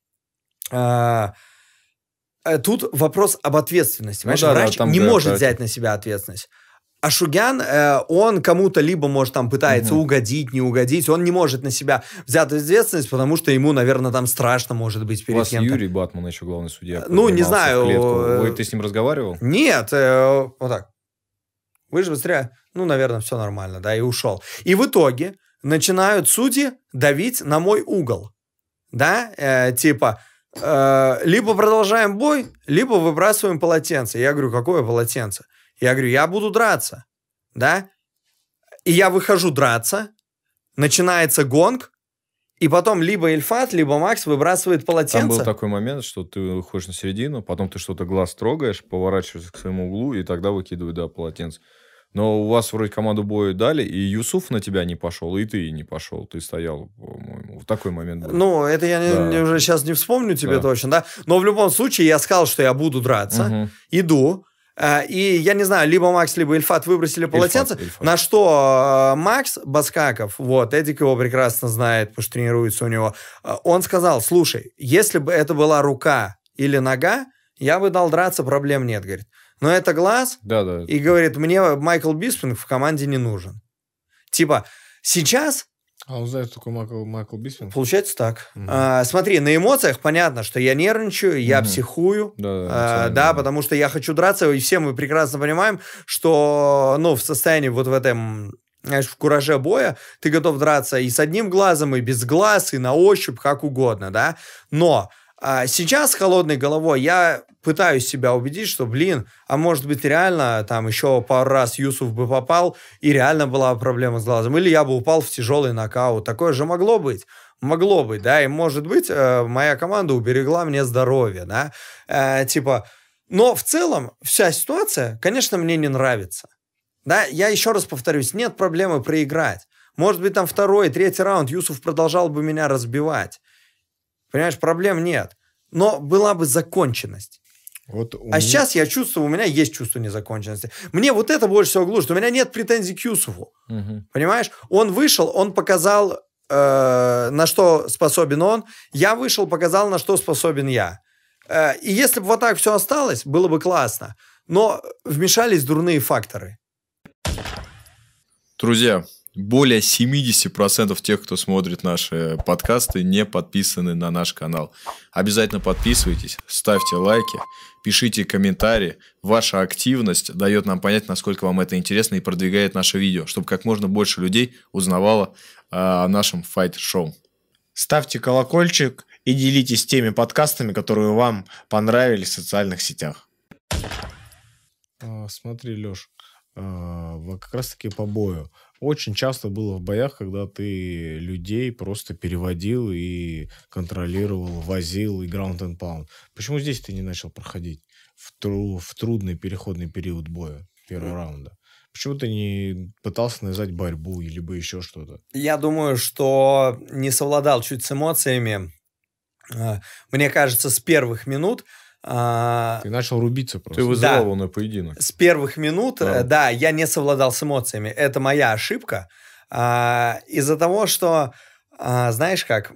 Тут вопрос об ответственности. Врач не может взять на себя ответственность. А Шугян, он кому-то либо, может, там пытается угодить, не угодить. Он не может на себя взять ответственность, потому что ему, наверное, там страшно, может быть, перед кем-то. У вас Юрий Батман еще главный судья. Не знаю. Ты с ним разговаривал? Нет. Вот так. Вы же быстрее. Наверное, все нормально, да, и ушел. И в итоге начинают судьи давить на мой угол. Да? Либо продолжаем бой, либо выбрасываем полотенце. Я говорю, какое полотенце? Я говорю, я буду драться. Да? И я выхожу драться, начинается гонг, И потом либо Ильфат, либо Макс выбрасывает полотенце. Там был такой момент, что ты выходишь на середину, потом ты что-то глаз трогаешь, поворачиваешься к своему углу, и тогда выкидывают, да, полотенце. Но у вас вроде команду боя дали, и Юсуф на тебя не пошел, и ты не пошел. Ты стоял, по-моему. В такой момент был. Ну, это я уже сейчас не вспомню тебе точно, да? Но в любом случае я сказал, что я буду драться. Иду. И я не знаю, либо Макс, либо Ильфат выбросили полотенце. Ильфат. На что Макс Баскаков, вот, Эдик его прекрасно знает, потому что тренируется у него, он сказал, слушай, если бы это была рука или нога, я бы дал драться, проблем нет, говорит. Но это глаз, да. И говорит, мне Майкл Биспинг в команде не нужен. Типа, сейчас... А он знает, что такой Майкл Биспинг? Получается так. Смотри, на эмоциях понятно, что я нервничаю, я психую, да, потому что я хочу драться, и все мы прекрасно понимаем, что, ну, в состоянии вот в этом, знаешь, в кураже боя ты готов драться и с одним глазом, и без глаз, и на ощупь, как угодно, да. Но сейчас с холодной головой я пытаюсь себя убедить, что, блин, а может быть реально там еще пару раз Юсуф бы попал, и реально была проблема с глазом. Или я бы упал в тяжелый нокаут. Такое же могло быть. Могло быть, да. И может быть моя команда уберегла мне здоровье, да. Типа, но в целом вся ситуация, конечно, мне не нравится. Да, я еще раз повторюсь, нет проблемы проиграть. Может быть, там второй, третий раунд Юсуф продолжал бы меня разбивать. Понимаешь, проблем нет. Но была бы законченность. Вот сейчас я чувствую, у меня есть чувство незаконченности. Мне вот это больше всего глушит. У меня нет претензий к Юсуфу. Понимаешь? Он вышел, он показал, на что способен он. Я вышел, показал, на что способен я. И если бы вот так все осталось, было бы классно. Но вмешались дурные факторы. Друзья, более 70% тех, кто смотрит наши подкасты, не подписаны на наш канал. Обязательно подписывайтесь, ставьте лайки, пишите комментарии. Ваша активность дает нам понять, насколько вам это интересно и продвигает наше видео, чтобы как можно больше людей узнавало о нашем файт-шоу. Ставьте колокольчик и делитесь теми подкастами, которые вам понравились в социальных сетях. Смотри, Леш, как раз таки по бою. Очень часто было в боях, когда ты людей просто переводил и контролировал, возил и ground and pound. Почему здесь ты не начал проходить в трудный переходный период боя первого раунда? Почему ты не пытался навязать борьбу или бы еще что-то? Я думаю, что не совладал чуть с эмоциями. Мне кажется, с первых минут... Ты начал рубиться просто. Ты вызывал его на поединок. С первых минут, да, я не совладал с эмоциями. Это моя ошибка. Из-за того, что, знаешь как,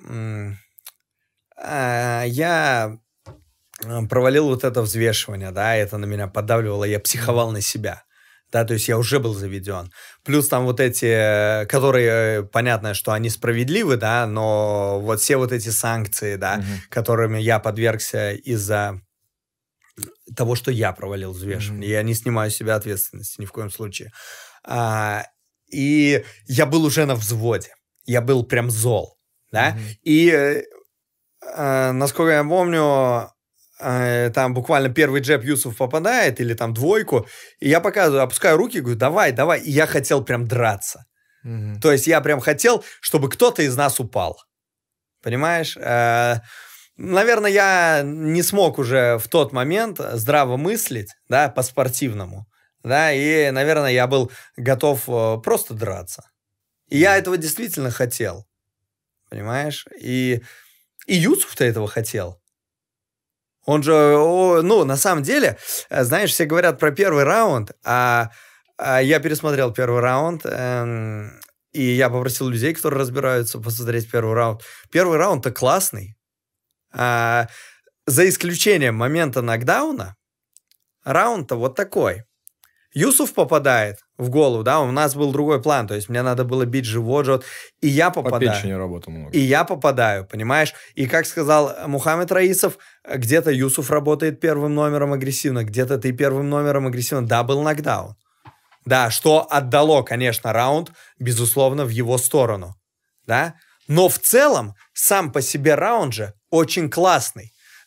я провалил вот это взвешивание, да, это на меня поддавливало, я психовал на себя. Да, то есть я уже был заведен. Плюс там вот эти, которые, понятно, что они справедливы, да, но вот все вот эти санкции, да, которыми я подвергся из-за того, что я провалил взвешивание. Я не снимаю с себя ответственности ни в коем случае. И я был уже на взводе. Я был прям зол, да. И, насколько я помню... там буквально первый джеб Юсуф попадает, или там двойку, и я показываю, опускаю руки, говорю, давай, и я хотел прям драться. То есть я прям хотел, чтобы кто-то из нас упал. Понимаешь? Наверное, я не смог уже в тот момент здраво мыслить, да, по-спортивному, да, и, наверное, я был готов просто драться. И я этого действительно хотел. Понимаешь? И Юсуф-то этого хотел. Он же, ну, на самом деле, знаешь, все говорят про первый раунд, а я пересмотрел первый раунд, и я попросил людей, которые разбираются, посмотреть первый раунд. Первый раунд-то классный. За исключением момента нокдауна, раунд-то вот такой. Юсуф попадает в голову, да, у нас был другой план, то есть мне надо было бить живот, и я попадаю. По печени работал много. И я попадаю, понимаешь? И как сказал Мухаммед Раисов, где-то Юсуф работает первым номером агрессивно, где-то ты первым номером агрессивно. Да, был нокдаун. Да, что отдало, конечно, раунд, безусловно, в его сторону. Да? Но в целом, сам по себе раунд же очень классный.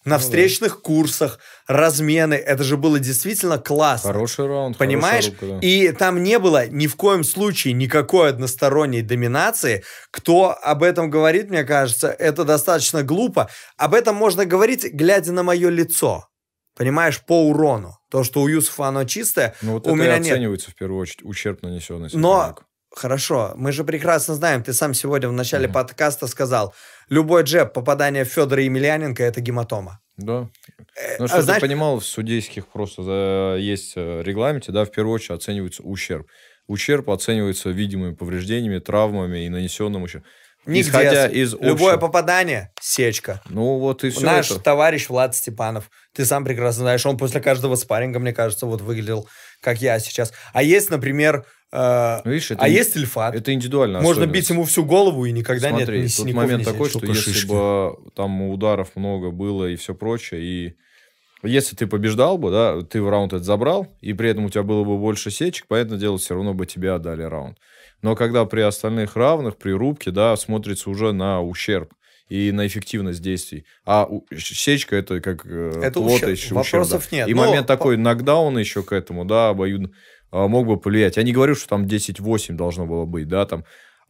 На встречных курсах, размены. Это же было действительно классно. Хороший раунд. Понимаешь? Рубка, да. И там не было ни в коем случае никакой односторонней доминации. Кто об этом говорит, мне кажется, это достаточно глупо. Об этом можно говорить, глядя на мое лицо. Понимаешь, по урону. То, что у Юсуфа оно чистое, ну, вот у это меня оценивается в первую очередь ущерб, нанесенный. Но, хорошо, мы же прекрасно знаем, ты сам сегодня в начале подкаста сказал, любой джеб, попадание в Федора Емельяненко – это гематома. Да. Ну, чтобы ты понимал, в судейских просто есть регламенте, да, в первую очередь оценивается ущерб. Ущерб оценивается видимыми повреждениями, травмами и нанесенным ущербом. Исходя из любое попадание – сечка. Ну, вот и все. Наш товарищ Влад Степанов, ты сам прекрасно знаешь, он после каждого спарринга, мне кажется, вот выглядел, как я сейчас. А есть, например, видишь, есть Ильфат. Это индивидуально. Можно бить ему всю голову, и никогда нет ни синяков. Тут момент такой, что если бы там ударов много было и все прочее, и если ты побеждал бы, да, ты в раунд этот забрал, и при этом у тебя было бы больше сечек, понятное дело, все равно бы тебе отдали раунд. Но когда при остальных равных, при рубке, да, смотрится уже на ущерб и на эффективность действий. А сечка это как это ущерб. Вопросов да. нет. И момент такой нокдаун еще к этому, да, обоюдно мог бы повлиять. Я не говорю, что там 10-8 должно было быть, да, там,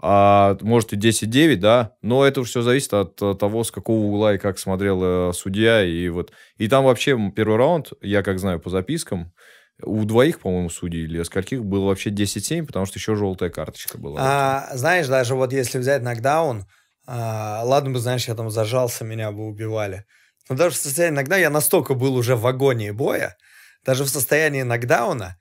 может и 10-9, да, но это все зависит от того, с какого угла и как смотрел судья. И там вообще первый раунд, я как знаю по запискам, у двоих, по-моему, судей или скольких было вообще 10-7, потому что еще желтая карточка была. Знаешь, даже вот если взять нокдаун, ладно бы, знаешь, я там зажался, меня бы убивали. Но даже в состоянии нокдауна я настолько был уже в агонии боя, даже в состоянии нокдауна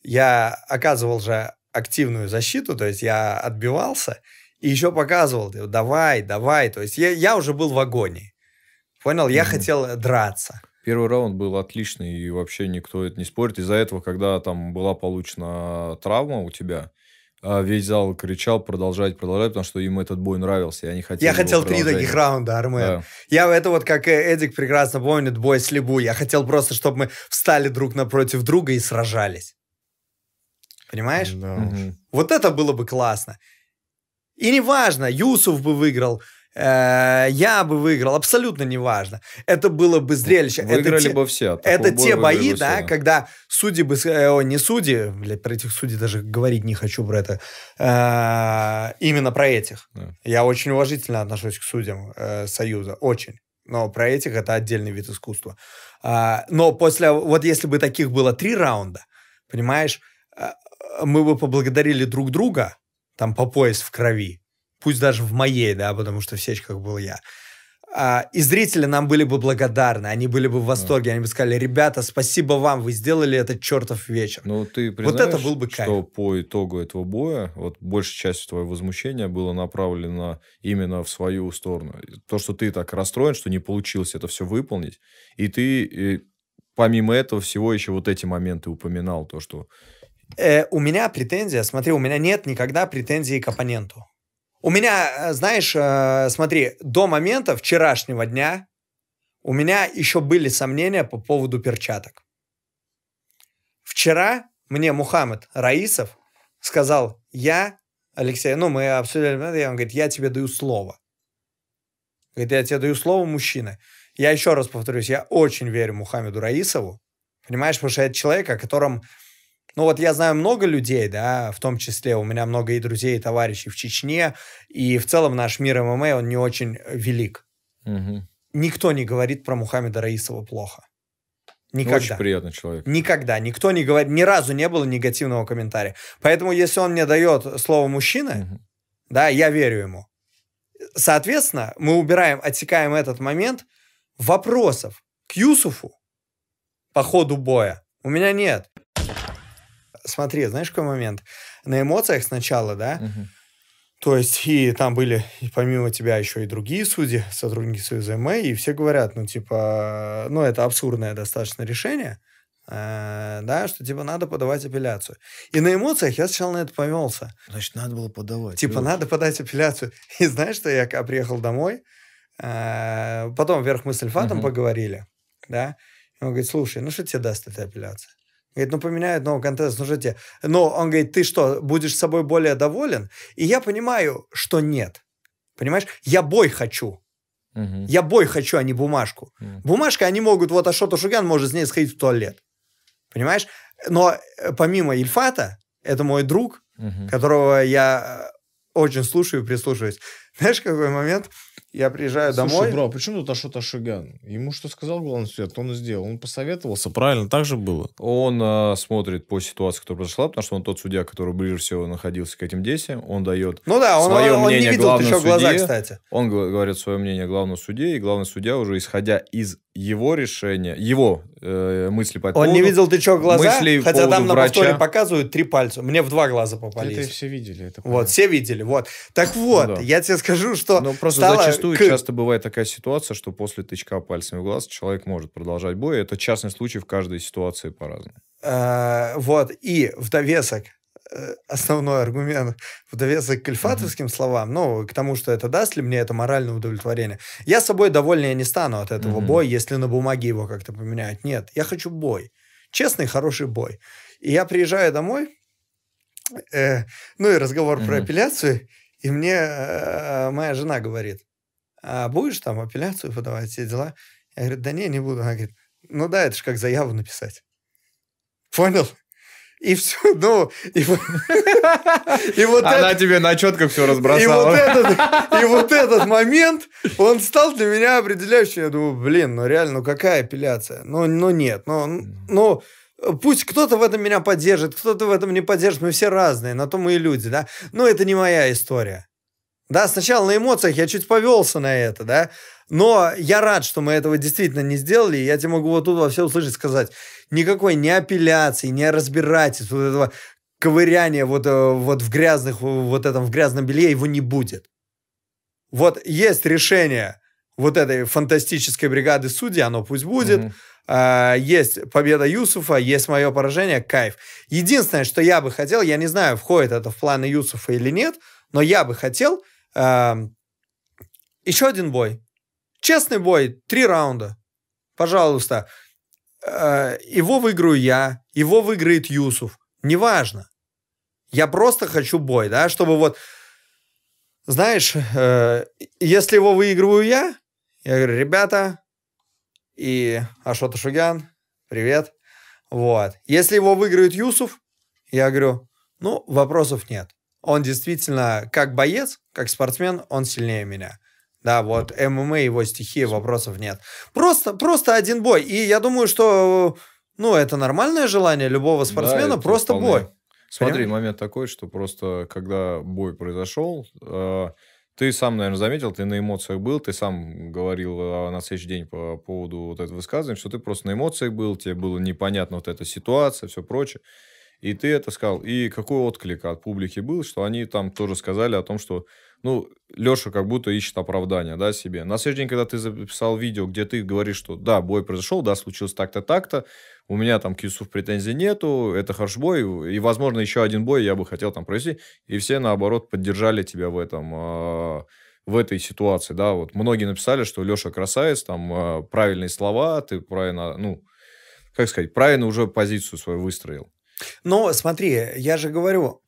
я оказывал же активную защиту, то есть я отбивался и еще показывал, давай, то есть я уже был в агонии. Понял? Я хотел драться. Первый раунд был отличный, и вообще никто это не спорит. Из-за этого, когда там была получена травма у тебя, весь зал кричал продолжать, потому что им этот бой нравился, и они хотели. Я хотел 3 таких раунда, Армен. Да. Это вот как Эдик прекрасно помнит бой с Либу. Я хотел просто, чтобы мы встали друг напротив друга и сражались. Понимаешь? Да. Вот это было бы классно. И неважно, Юсуф бы выиграл, я бы выиграл, абсолютно неважно. Это было бы зрелище. Выиграли бы все. Это те бои, да, когда судьи бы... не судьи, блядь, про этих судей даже говорить не хочу про это. Именно про этих. Да. Я очень уважительно отношусь к судьям Союза, очень. Но про этих это отдельный вид искусства. Но после... Вот если бы таких было 3 раунда, понимаешь, мы бы поблагодарили друг друга, там по пояс в крови, пусть даже в моей, да, потому что в сечках был я. И зрители нам были бы благодарны, они были бы в восторге, они бы сказали, ребята, спасибо вам, вы сделали этот чертов вечер. Ну, ты признаешь, вот это был бы кайф. Что по итогу этого боя, вот большая часть твоего возмущения было направлено именно в свою сторону. То, что ты так расстроен, что не получилось это все выполнить, и ты, помимо этого всего, еще вот эти моменты упоминал, то, что... У меня претензия, смотри, у меня нет никогда претензий к оппоненту. У меня, знаешь, смотри, до момента вчерашнего дня у меня еще были сомнения по поводу перчаток. Вчера мне Мухаммед Раисов сказал, Алексей, мы обсудили, он говорит, я тебе даю слово. Говорит, я тебе даю слово мужчины. Я еще раз повторюсь, я очень верю Мухаммеду Раисову, понимаешь, потому что это человек, о котором... я знаю много людей, да, в том числе у меня много и друзей, и товарищей в Чечне, и в целом наш мир ММА, он не очень велик. Угу. Никто не говорит про Мухаммеда Раисова плохо. Никогда. Очень приятный человек. Никогда. Никто не говорит, ни разу не было негативного комментария. Поэтому, если он мне дает слово мужчины, да, я верю ему. Соответственно, мы отсекаем этот момент. Вопросов к Юсуфу по ходу боя у меня нет. Смотри, знаешь, какой момент? На эмоциях сначала, да? То есть, и там были, и помимо тебя, еще и другие судьи, сотрудники Союза ММА, и все говорят, это абсурдное достаточно решение, да, что, надо подавать апелляцию. И на эмоциях я сначала на это повелся. Значит, надо было подавать. Надо подать апелляцию. И знаешь, что я приехал домой, потом вверх мы с Ильфатом поговорили, да, и он говорит, слушай, что тебе даст эта апелляция? Говорит, поменяют новый контест, что тебе? Он говорит, ты что, будешь собой более доволен? И я понимаю, что нет. Понимаешь? Я бой хочу. Я бой хочу, а не бумажку. Бумажка, они могут, вот Ашот Ашугян может с ней сходить в туалет. Понимаешь? Но помимо Ильфата, это мой друг, которого я очень слушаю и прислушиваюсь. Знаешь, какой момент? Я приезжаю домой. Слушай, бро, почему тут Ашот Ашугян? Ему что сказал главный судья, то он и сделал. Он посоветовался, правильно, так же было? Он смотрит по ситуации, которая произошла, потому что он тот судья, который ближе всего находился к этим действиям. Он дает свое мнение главному судье. Глаза, кстати. Он говорит свое мнение главному судье, и главный судья уже, исходя из его решения, его мысли по этому поводу... Он не видел тычок в глаза, хотя там на врача. Повторе показывают 3 пальца. Мне в 2 глаза попали. Это все видели. Это вот, все видели. Вот. Так вот, я тебе скажу, что... Ну, просто зачастую часто бывает такая ситуация, что после тычка пальцами в глаз человек может продолжать бой. Это частный случай, в каждой ситуации по-разному. Вот. И в довесок, основной аргумент, в довесок к ильфатовским словам, ну, к тому, что это даст ли мне это моральное удовлетворение. Я собой довольнее не стану от этого боя, если на бумаге его как-то поменяют. Нет, я хочу бой. Честный, хороший бой. И я приезжаю домой, ну и разговор про апелляцию, и мне моя жена говорит: а будешь там апелляцию подавать, все дела? Я говорю: да не буду. Она говорит: ну да, это же как заяву написать. Понял? И все, ну... И вот она тебе на четках все разбросала. И вот этот момент, он стал для меня определяющим. Я думаю, блин, ну реально, ну какая апелляция? Ну нет, ну... Пусть кто-то в этом меня поддержит, кто-то в этом не поддержит, мы все разные, на то мы и люди, да. Но это не моя история. Да, сначала на эмоциях я чуть повелся на это, да, но я рад, что мы этого действительно не сделали, и я тебе могу вот тут во все услышать сказать, никакой ни апелляции, ни разбирательства, вот этого ковыряния вот в грязных, вот этом в грязном белье его не будет. Вот есть решение вот этой фантастической бригады судей, оно пусть будет. Есть победа Юсуфа, есть мое поражение, кайф. Единственное, что я бы хотел, я не знаю, входит это в планы Юсуфа или нет, но я бы хотел еще один бой. Честный бой, 3 раунда. Пожалуйста. Его выиграю я, его выиграет Юсуф. Неважно. Я просто хочу бой, да, чтобы вот, знаешь, если его выигрываю я говорю: ребята, и Ашот Ашугян, привет. Вот. Если его выиграет Юсуф, я говорю, ну, вопросов нет. Он действительно, как боец, как спортсмен, он сильнее меня. Да, вот ММА, его стихия, вопросов нет. Просто один бой. И я думаю, что, ну, это нормальное желание любого спортсмена, да, просто вполне. Бой. Смотри, момент такой, что просто, когда бой произошел, ты сам, наверное, заметил, ты на эмоциях был, ты сам говорил на следующий день по поводу вот этого высказывания, что ты просто на эмоциях был, тебе было непонятно вот эта ситуация, все прочее. И ты это сказал. И какой отклик от публики был, что они там тоже сказали о том, что, ну, Леша как будто ищет оправдания, да, себе. На следующий день, когда ты записал видео, где ты говоришь, что да, бой произошел, да, случилось так-то, так-то, у меня там к Юсуфу претензий нету, это хороший бой, и, возможно, еще один бой я бы хотел там провести. И все, наоборот, поддержали тебя в этом, в этой ситуации, да, вот. Многие написали, что Леша красавец, там, правильные слова, ты правильно, ну, как сказать, правильно уже позицию свою выстроил. Ну, смотри, я же говорю,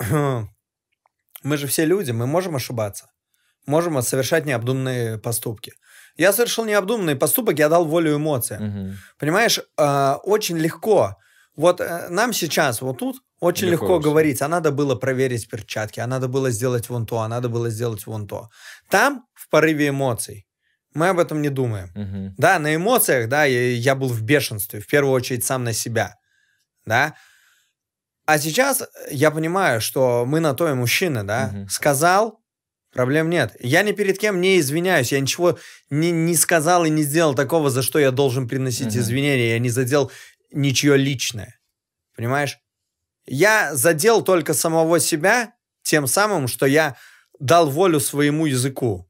мы же все люди, мы можем ошибаться, можем совершать необдуманные поступки. Я совершил необдуманный поступок, я дал волю эмоциям. Понимаешь, очень легко. Вот нам сейчас вот тут очень легко говорить, а надо было проверить перчатки, а надо было сделать вон то, а надо было сделать вон то. Там, в порыве эмоций, мы об этом не думаем. Да, на эмоциях, да, я был в бешенстве, в первую очередь сам на себя, да. А сейчас я понимаю, что мы на то и мужчины, да. Сказал, проблем нет. Я ни перед кем не извиняюсь, я ничего не сказал и не сделал такого, за что я должен приносить извинения, я не задел ничье личное, понимаешь? Я задел только самого себя тем самым, что я дал волю своему языку.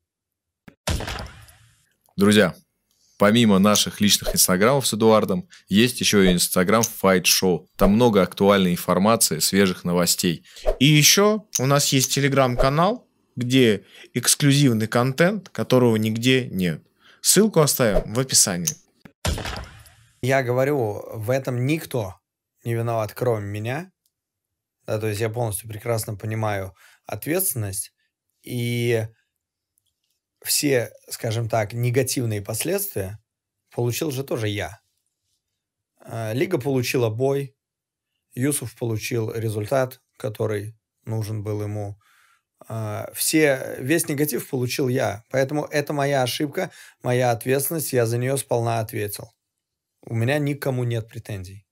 Друзья, помимо наших личных инстаграмов с Эдуардом, есть еще и инстаграм Fight Show. Там много актуальной информации, свежих новостей. И еще у нас есть телеграм-канал, где эксклюзивный контент, которого нигде нет. Ссылку оставим в описании. Я говорю, в этом никто не виноват, кроме меня. Да, то есть я полностью прекрасно понимаю ответственность. И все, скажем так, негативные последствия получил же тоже я. Лига получила бой, Юсуф получил результат, который нужен был ему. Весь негатив получил я. Поэтому это моя ошибка, моя ответственность, я за нее сполна ответил. У меня никому нет претензий.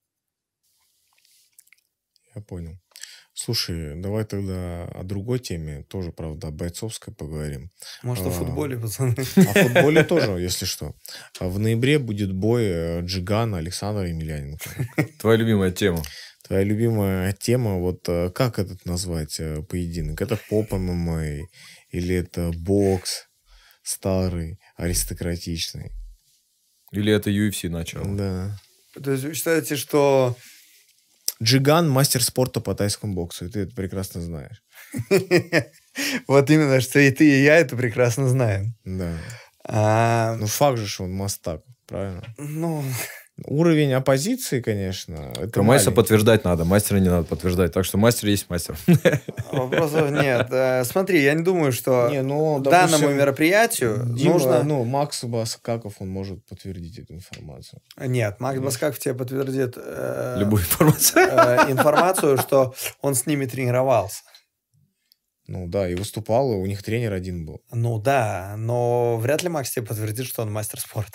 Я понял. Слушай, давай тогда о другой теме, тоже, правда, о бойцовской поговорим. Может, о футболе, пацаны? О футболе тоже, если что. В ноябре будет бой Джигана Александра Емельяненко. Твоя любимая тема. Твоя любимая тема, вот как этот назвать поединок? Это поп-ММА или это бокс старый, аристократичный? Или это UFC начало? Да. То есть вы считаете, что... Джиган — мастер спорта по тайскому боксу, и ты это прекрасно знаешь. Вот именно, что и ты, и я это прекрасно знаем. Да. Ну, факт же, что он мастак, правильно? Ну... Уровень оппозиции, конечно, это Майса подтверждать надо, мастера не надо подтверждать. Так что мастер есть мастер. Вопросов нет. Смотри, я не думаю, что данному мероприятию нужно... Ну, Макс Баскаков, он может подтвердить эту информацию. Нет, Макс Баскаков тебе подтвердит... Любую информацию. Информацию, что он с ними тренировался. Ну да, и выступал, у них тренер один был. Ну да, но вряд ли Макс тебе подтвердит, что он мастер спорта.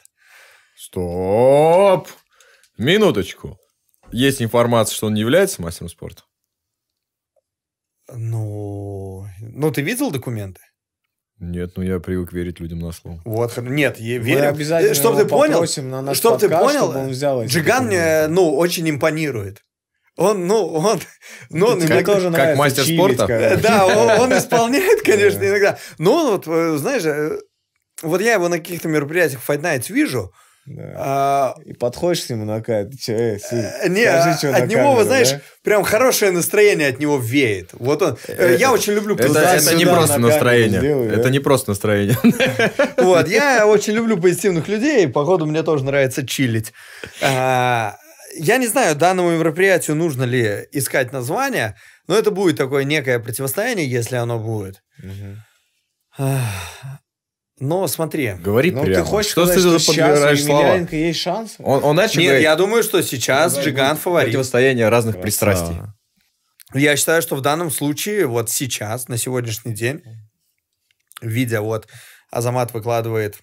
Стоп! Минуточку. Есть информация, что он не является мастером спорта? Ну, ты видел документы? Нет, я привык верить людям на слово. Вот, нет, я Мы верю. обязательно Чтобы ты понял, чтобы ты понял, Джиган мне, очень импонирует. Он тебе тоже как мастер спорта? Да, он исполняет, конечно, иногда. Но он, знаешь, вот я его на каких-то мероприятиях Fight Nights вижу. Да. И подходишь к нему на кайт, от него, знаешь, прям хорошее настроение от него веет. Вот он. Я очень люблю... Это не просто настроение. Это не просто настроение. Вот, я очень люблю позитивных людей, походу мне тоже нравится чилить. Я не знаю, данному мероприятию нужно ли искать название, но это будет такое некое противостояние, если оно будет. Но смотри. Говори прямо. Ты хочешь сказать, что сейчас у Емельяненко есть шанс? Он начал говорить... я думаю, что сейчас Джиган фаворит. Противостояние разных пристрастий. Я считаю, что в данном случае, вот сейчас, на сегодняшний день, видя, Азамат выкладывает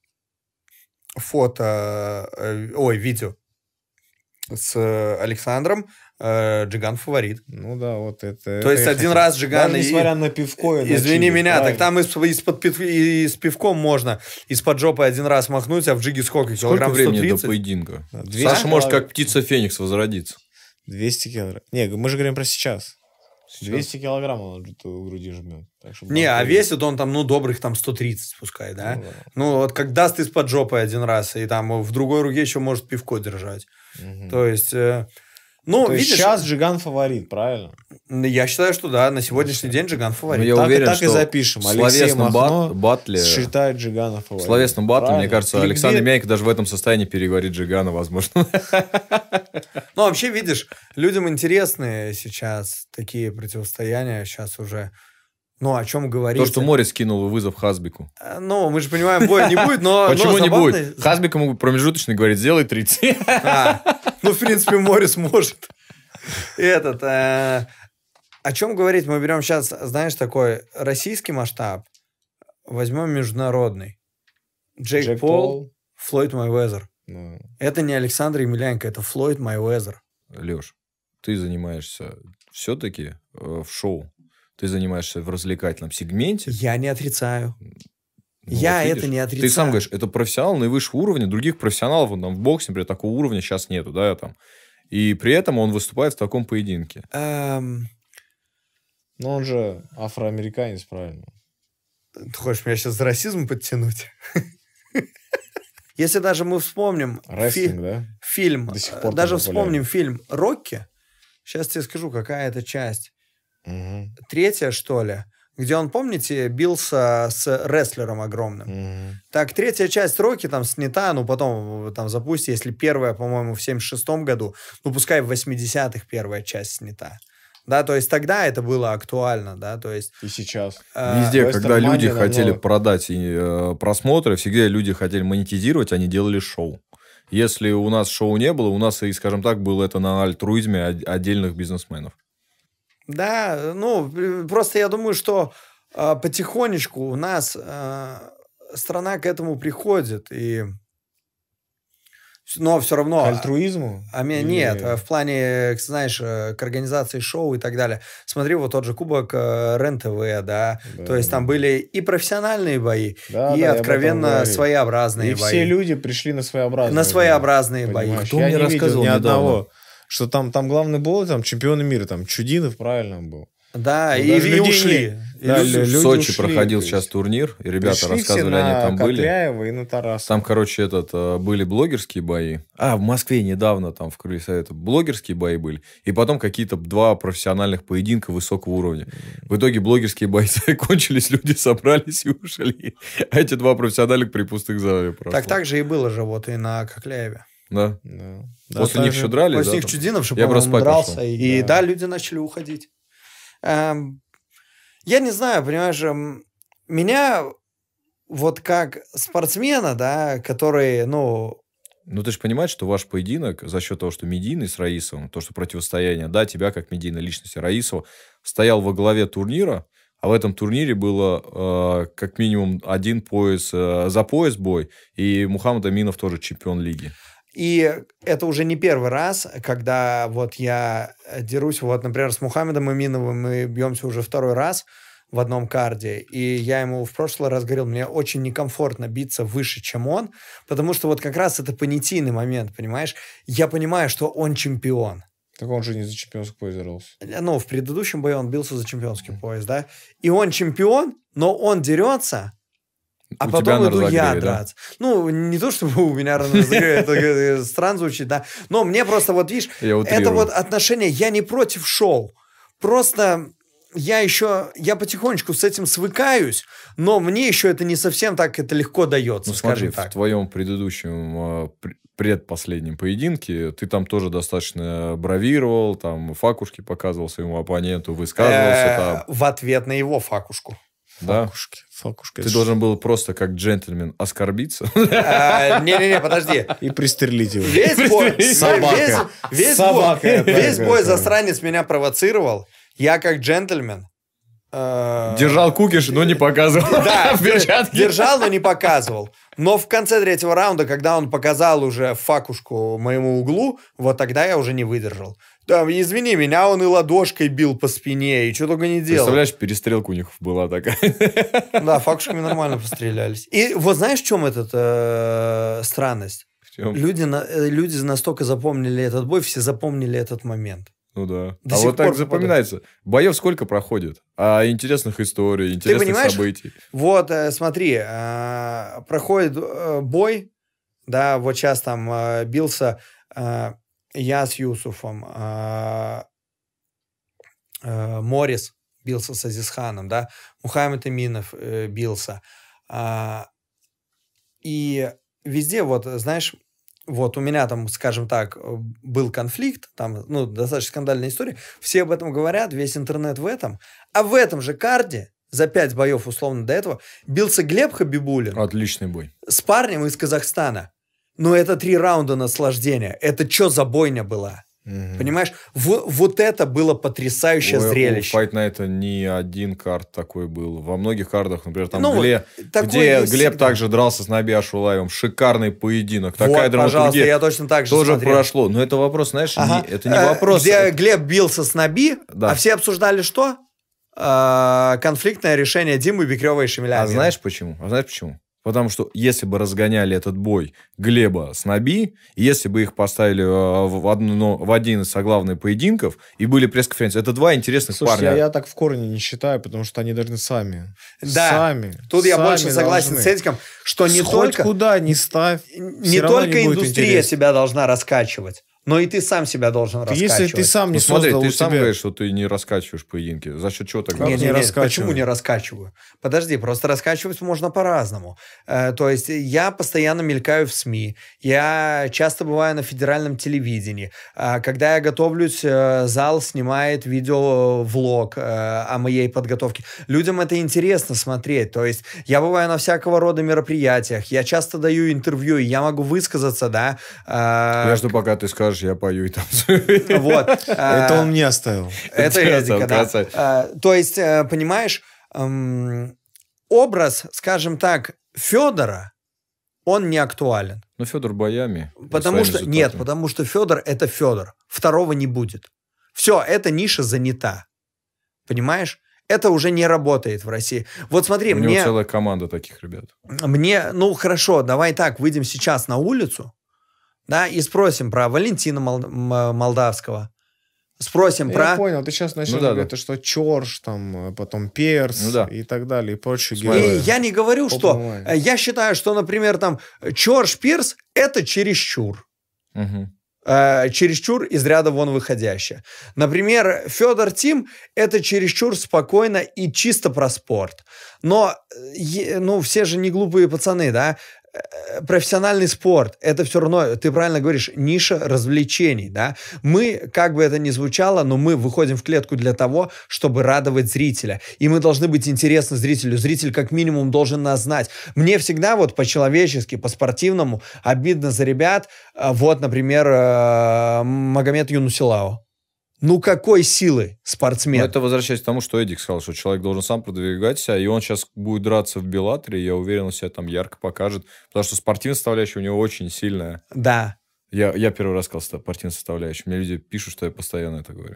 видео с Александром, Джиган фаворит. Ну да, вот это... То есть один раз Джиган... Даже несмотря на пивко и на Извини чили, меня, правильно? так там и с пивком можно из-под жопы один раз махнуть, а в джиге сколько? Килограмм 130? Времени до поединка? 200 Саша может как птица Феникс возродиться. 200 килограмм. Не, мы же говорим про сейчас. 200 килограмм он в груди жмет. А весит он там, добрых 130 пускай, да? Вот как даст из-под жопы один раз, и там в другой руке еще может пивко держать. То есть... видишь, сейчас Джиган фаворит, правильно? Я считаю, что да, на сегодняшний день Джиган фаворит. Я уверен, так что и запишем. В словесном батле считает Джигана фаворит. В словесном батле, мне кажется, Александр Емельяненко даже в этом состоянии переговорит Джигана, возможно. Вообще, видишь, людям интересны сейчас такие противостояния, сейчас уже... о чем говорить? То, что Морис кинул вызов Хазбику. Мы же понимаем, боя не будет, но... Почему не будет? Хазбик ему промежуточный говорит, сделай 30. В принципе, Морис может. О чем говорить? Мы берем сейчас, знаешь, такой российский масштаб, возьмем международный. Джейк Пол, Флойд Майвезер. Это не Александр Емельяненко, это Флойд Майвезер. Леш, ты занимаешься все-таки в шоу. Ты занимаешься в развлекательном сегменте. Я не отрицаю. Это не отрицаю. Ты сам говоришь, это профессионал наивысшего уровня. Других профессионалов в боксе, например, такого уровня сейчас нету, да, там. И при этом он выступает в таком поединке. Но он же афроамериканец, правильно? Ты хочешь меня сейчас за расизм подтянуть? Если даже мы вспомним фильм, даже вспомним фильм «Рокки», сейчас тебе скажу, какая это часть. 3-я, что ли, где он, помните, бился с рестлером огромным. Так, 3-я часть «Рокки» там снята, потом там запустят, если 1-я, по-моему, в 76-м году, пускай в 80-х 1-я часть снята. Да, то есть тогда это было актуально, да, то есть... И сейчас. Везде, когда люди хотели продать просмотры, всегда люди хотели монетизировать, они делали шоу. Если у нас шоу не было, у нас, и, скажем так, было это на альтруизме отдельных бизнесменов. Да, ну, просто я думаю, что потихонечку у нас страна к этому приходит, но все равно... К альтруизму? Нет, в плане, знаешь, к организации шоу и так далее. Смотри, вот тот же Кубок РЕН-ТВ, да, то есть там были и профессиональные бои, и откровенно своеобразные бои. И все люди пришли на своеобразные бои. На своеобразные бои. Кто мне рассказывал ни одного, что там главный был, там чемпионы мира, там Чудинов правильно был. Да, и ушли. В Сочи проходил сейчас турнир, и ребята рассказывали, они там были. И на Тарасова. Там, короче, были блогерские бои. В Москве недавно там в Крылья Совета блогерские бои были. И потом какие-то 2 профессиональных поединка высокого уровня. В итоге блогерские бои кончились, люди собрались и ушли. А эти 2 профессиональных при пустых зале прошло. Так же и было же вот и на Кокляеве. Да. После них еще дрались. После них Чудинов, чтобы он дрался. И да, люди начали уходить. Я не знаю, понимаешь, меня вот как спортсмена, да, который, Ну, ты же понимаешь, что ваш поединок за счет того, что медийный с Раисовым, то, что противостояние, да, тебя как медийной личности Раисова, стоял во главе турнира, а в этом турнире было как минимум 1 пояс, за пояс бой, и Мухаммад Аминов тоже чемпион лиги. И это уже не первый раз, когда вот я дерусь, вот, например, с Мухаммедом Аминовым, мы бьемся уже 2-й раз в одном карде, и я ему в прошлый раз говорил, мне очень некомфортно биться выше, чем он, потому что вот как раз это понятийный момент, понимаешь? Я понимаю, что он чемпион. Так он же не за чемпионский пояс дрался. Ну, в предыдущем бою он бился за чемпионский пояс, да? И он чемпион, но он дерется... А потом иду я драться. Ну, не то, чтобы у меня разогрев, это странно звучит, да. Но мне просто, вот видишь, это вот отношение, я не против шоу. Просто я потихонечку с этим свыкаюсь, но мне еще это не совсем так это легко дается, скажем так. В твоем предыдущем, предпоследнем поединке ты там тоже достаточно бравировал, там факушки показывал своему оппоненту, высказывался там. В ответ на его факушку. Да? Факушка. Ты должен был просто как джентльмен оскорбиться. Не-не-не, подожди. И пристрелить его. Весь бой засранец меня провоцировал. Я как джентльмен. Держал кукиш, но не показывал. Да, держал, но не показывал. Но в конце 3-го раунда, когда он показал уже факушку моему углу, вот тогда я уже не выдержал. Там, извини, меня он и ладошкой бил по спине, и что только не делал. Представляешь, перестрелка у них была такая. Да, факушками нормально пострелялись. И вот знаешь, в чем эта странность? В чем? Люди настолько запомнили этот бой, все запомнили этот момент. Ну да. А вот так запоминается. Боев сколько проходит? А интересных историй, интересных событий. Вот, смотри, проходит бой, да, вот сейчас там бился я с Юсуфом, Морис бился с Азизханом, да, Мухаммед Аминов бился. И везде, вот, знаешь, вот у меня там, скажем так, был конфликт, там, ну, достаточно скандальная история, все об этом говорят, весь интернет в этом, а в этом же карде, за 5 боев условно до этого, бился Глеб Хабибуллин. Отличный бой. С парнем из Казахстана. Но это 3 раунда наслаждения. Это что за бойня была? Понимаешь? Вот это было потрясающее зрелище. У Fight Night не один карт такой был. Во многих картах, например, там где Глеб также дрался с Наби Ашулаевым. Шикарный поединок. Такая пожалуйста, я точно так же тоже смотрел. прошло. Но это вопрос, знаешь, это не вопрос. Где Глеб бился с Наби, а все обсуждали что? Конфликтное решение Димы Бекрева и Шамиля. А знаешь почему? Потому что если бы разгоняли этот бой Глеба с Наби, если бы их поставили в один из соглавных поединков и были пресс-конференции, это 2 интересных парня. Я так в корне не считаю, потому что они должны сами. Да, тут я больше согласен с этим, что не только... куда не ставь. Не только индустрия себя должна раскачивать, Но и ты сам себя должен раскачивать. Если ты сам не создал... Смотри, ты сам говоришь, что ты не раскачиваешь поединки. За счет чего тогда? Нет, почему не раскачиваю? Подожди, просто раскачивать можно по-разному. То есть я постоянно мелькаю в СМИ. Я часто бываю на федеральном телевидении. Когда я готовлюсь, зал снимает видеовлог о моей подготовке. Людям это интересно смотреть. То есть я бываю на всякого рода мероприятиях. Я часто даю интервью, и я могу высказаться, да. Я жду, пока ты скажешь, я пою и танцую. Вот. Это он мне оставил. Это Эдика, да. То есть, понимаешь, образ, скажем так, Федора, он не актуален. Ну, Федор боями. Потому что Федор – это Федор. Второго не будет. Все, эта ниша занята. Понимаешь? Это уже не работает в России. Вот смотри, У него целая команда таких ребят. Ну, хорошо, давай так, выйдем сейчас на улицу, да, и спросим про Валентина Молдавского. Спросим про... Я понял, ты сейчас начнешь говорить, что Чорш, там, потом Перс и так далее, и прочие герои. Я не говорю, что... Я считаю, что, например, там, Чорш, Перс – это чересчур. Чересчур из ряда вон выходящее. Например, Федор Тим – это чересчур спокойно и чисто про спорт. Но, все же не глупые пацаны, да? Профессиональный спорт, это все равно, ты правильно говоришь, ниша развлечений, да. Мы, как бы это ни звучало, но мы выходим в клетку для того, чтобы радовать зрителя. И мы должны быть интересны зрителю. Зритель как минимум должен нас знать. Мне всегда вот по-человечески, по-спортивному обидно за ребят. Вот, например, Магомед Юнусилао. Ну, какой силы спортсмен? Но это возвращаясь к тому, что Эдик сказал, что человек должен сам продвигать себя, и он сейчас будет драться в Беллаторе, я уверен, он себя там ярко покажет, потому что спортивная составляющая у него очень сильная. Да. Я первый раз сказал спортивная составляющая. Мне люди пишут, что я постоянно это говорю.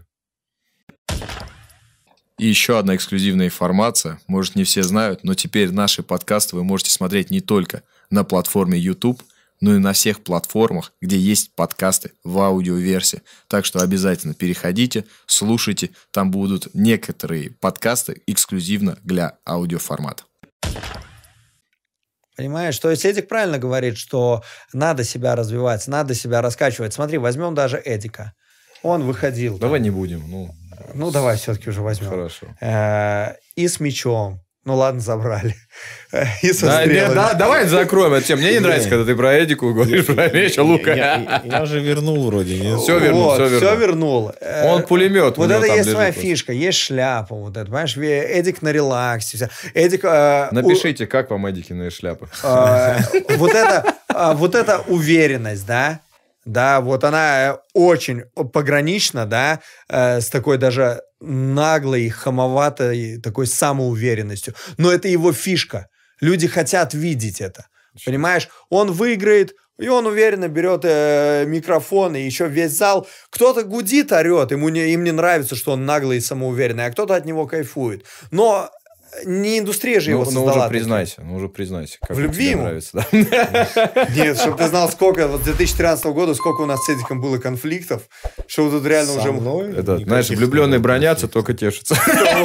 И еще одна эксклюзивная информация. Может, не все знают, но теперь наши подкасты вы можете смотреть не только на платформе YouTube, но и на всех платформах, где есть подкасты в аудиоверсии. Так что обязательно переходите, слушайте. Там будут некоторые подкасты эксклюзивно для аудиоформата. Понимаешь, то есть Эдик правильно говорит, что надо себя развивать, надо себя раскачивать. Смотри, возьмем даже Эдика. Он выходил. Давай не будем. Ну, давай все-таки уже возьмем. Хорошо. И с мячом. Ну, ладно, забрали. И со давай закроем эту тему. Мне не нравится, когда ты про Эдику говоришь, про меч, лука. Я уже вернул вроде. Все вернул. Он пулемет. Вот это есть своя фишка. Есть шляпа. Вот это, понимаешь? Эдик на релаксе. Эдик... Напишите, как вам Эдикины шляпы. Вот это уверенность, да? Да, вот она очень погранична, да, с такой даже наглой, хамоватой, такой самоуверенностью. Но это его фишка. Люди хотят видеть это. Понимаешь? Он выиграет, и он уверенно берет микрофон, и еще весь зал. Кто-то гудит, орет, им не нравится, что он наглый и самоуверенный, а кто-то от него кайфует. Но... Не индустрия же его создала. Уже признайся. Как в любви ему? Нравится, да? Нет, чтобы ты знал, сколько, вот с 2013 года, сколько у нас с Эдиком было конфликтов, что вот тут реально со уже... Мной? Это, знаешь, влюбленные бронятся, только тешатся.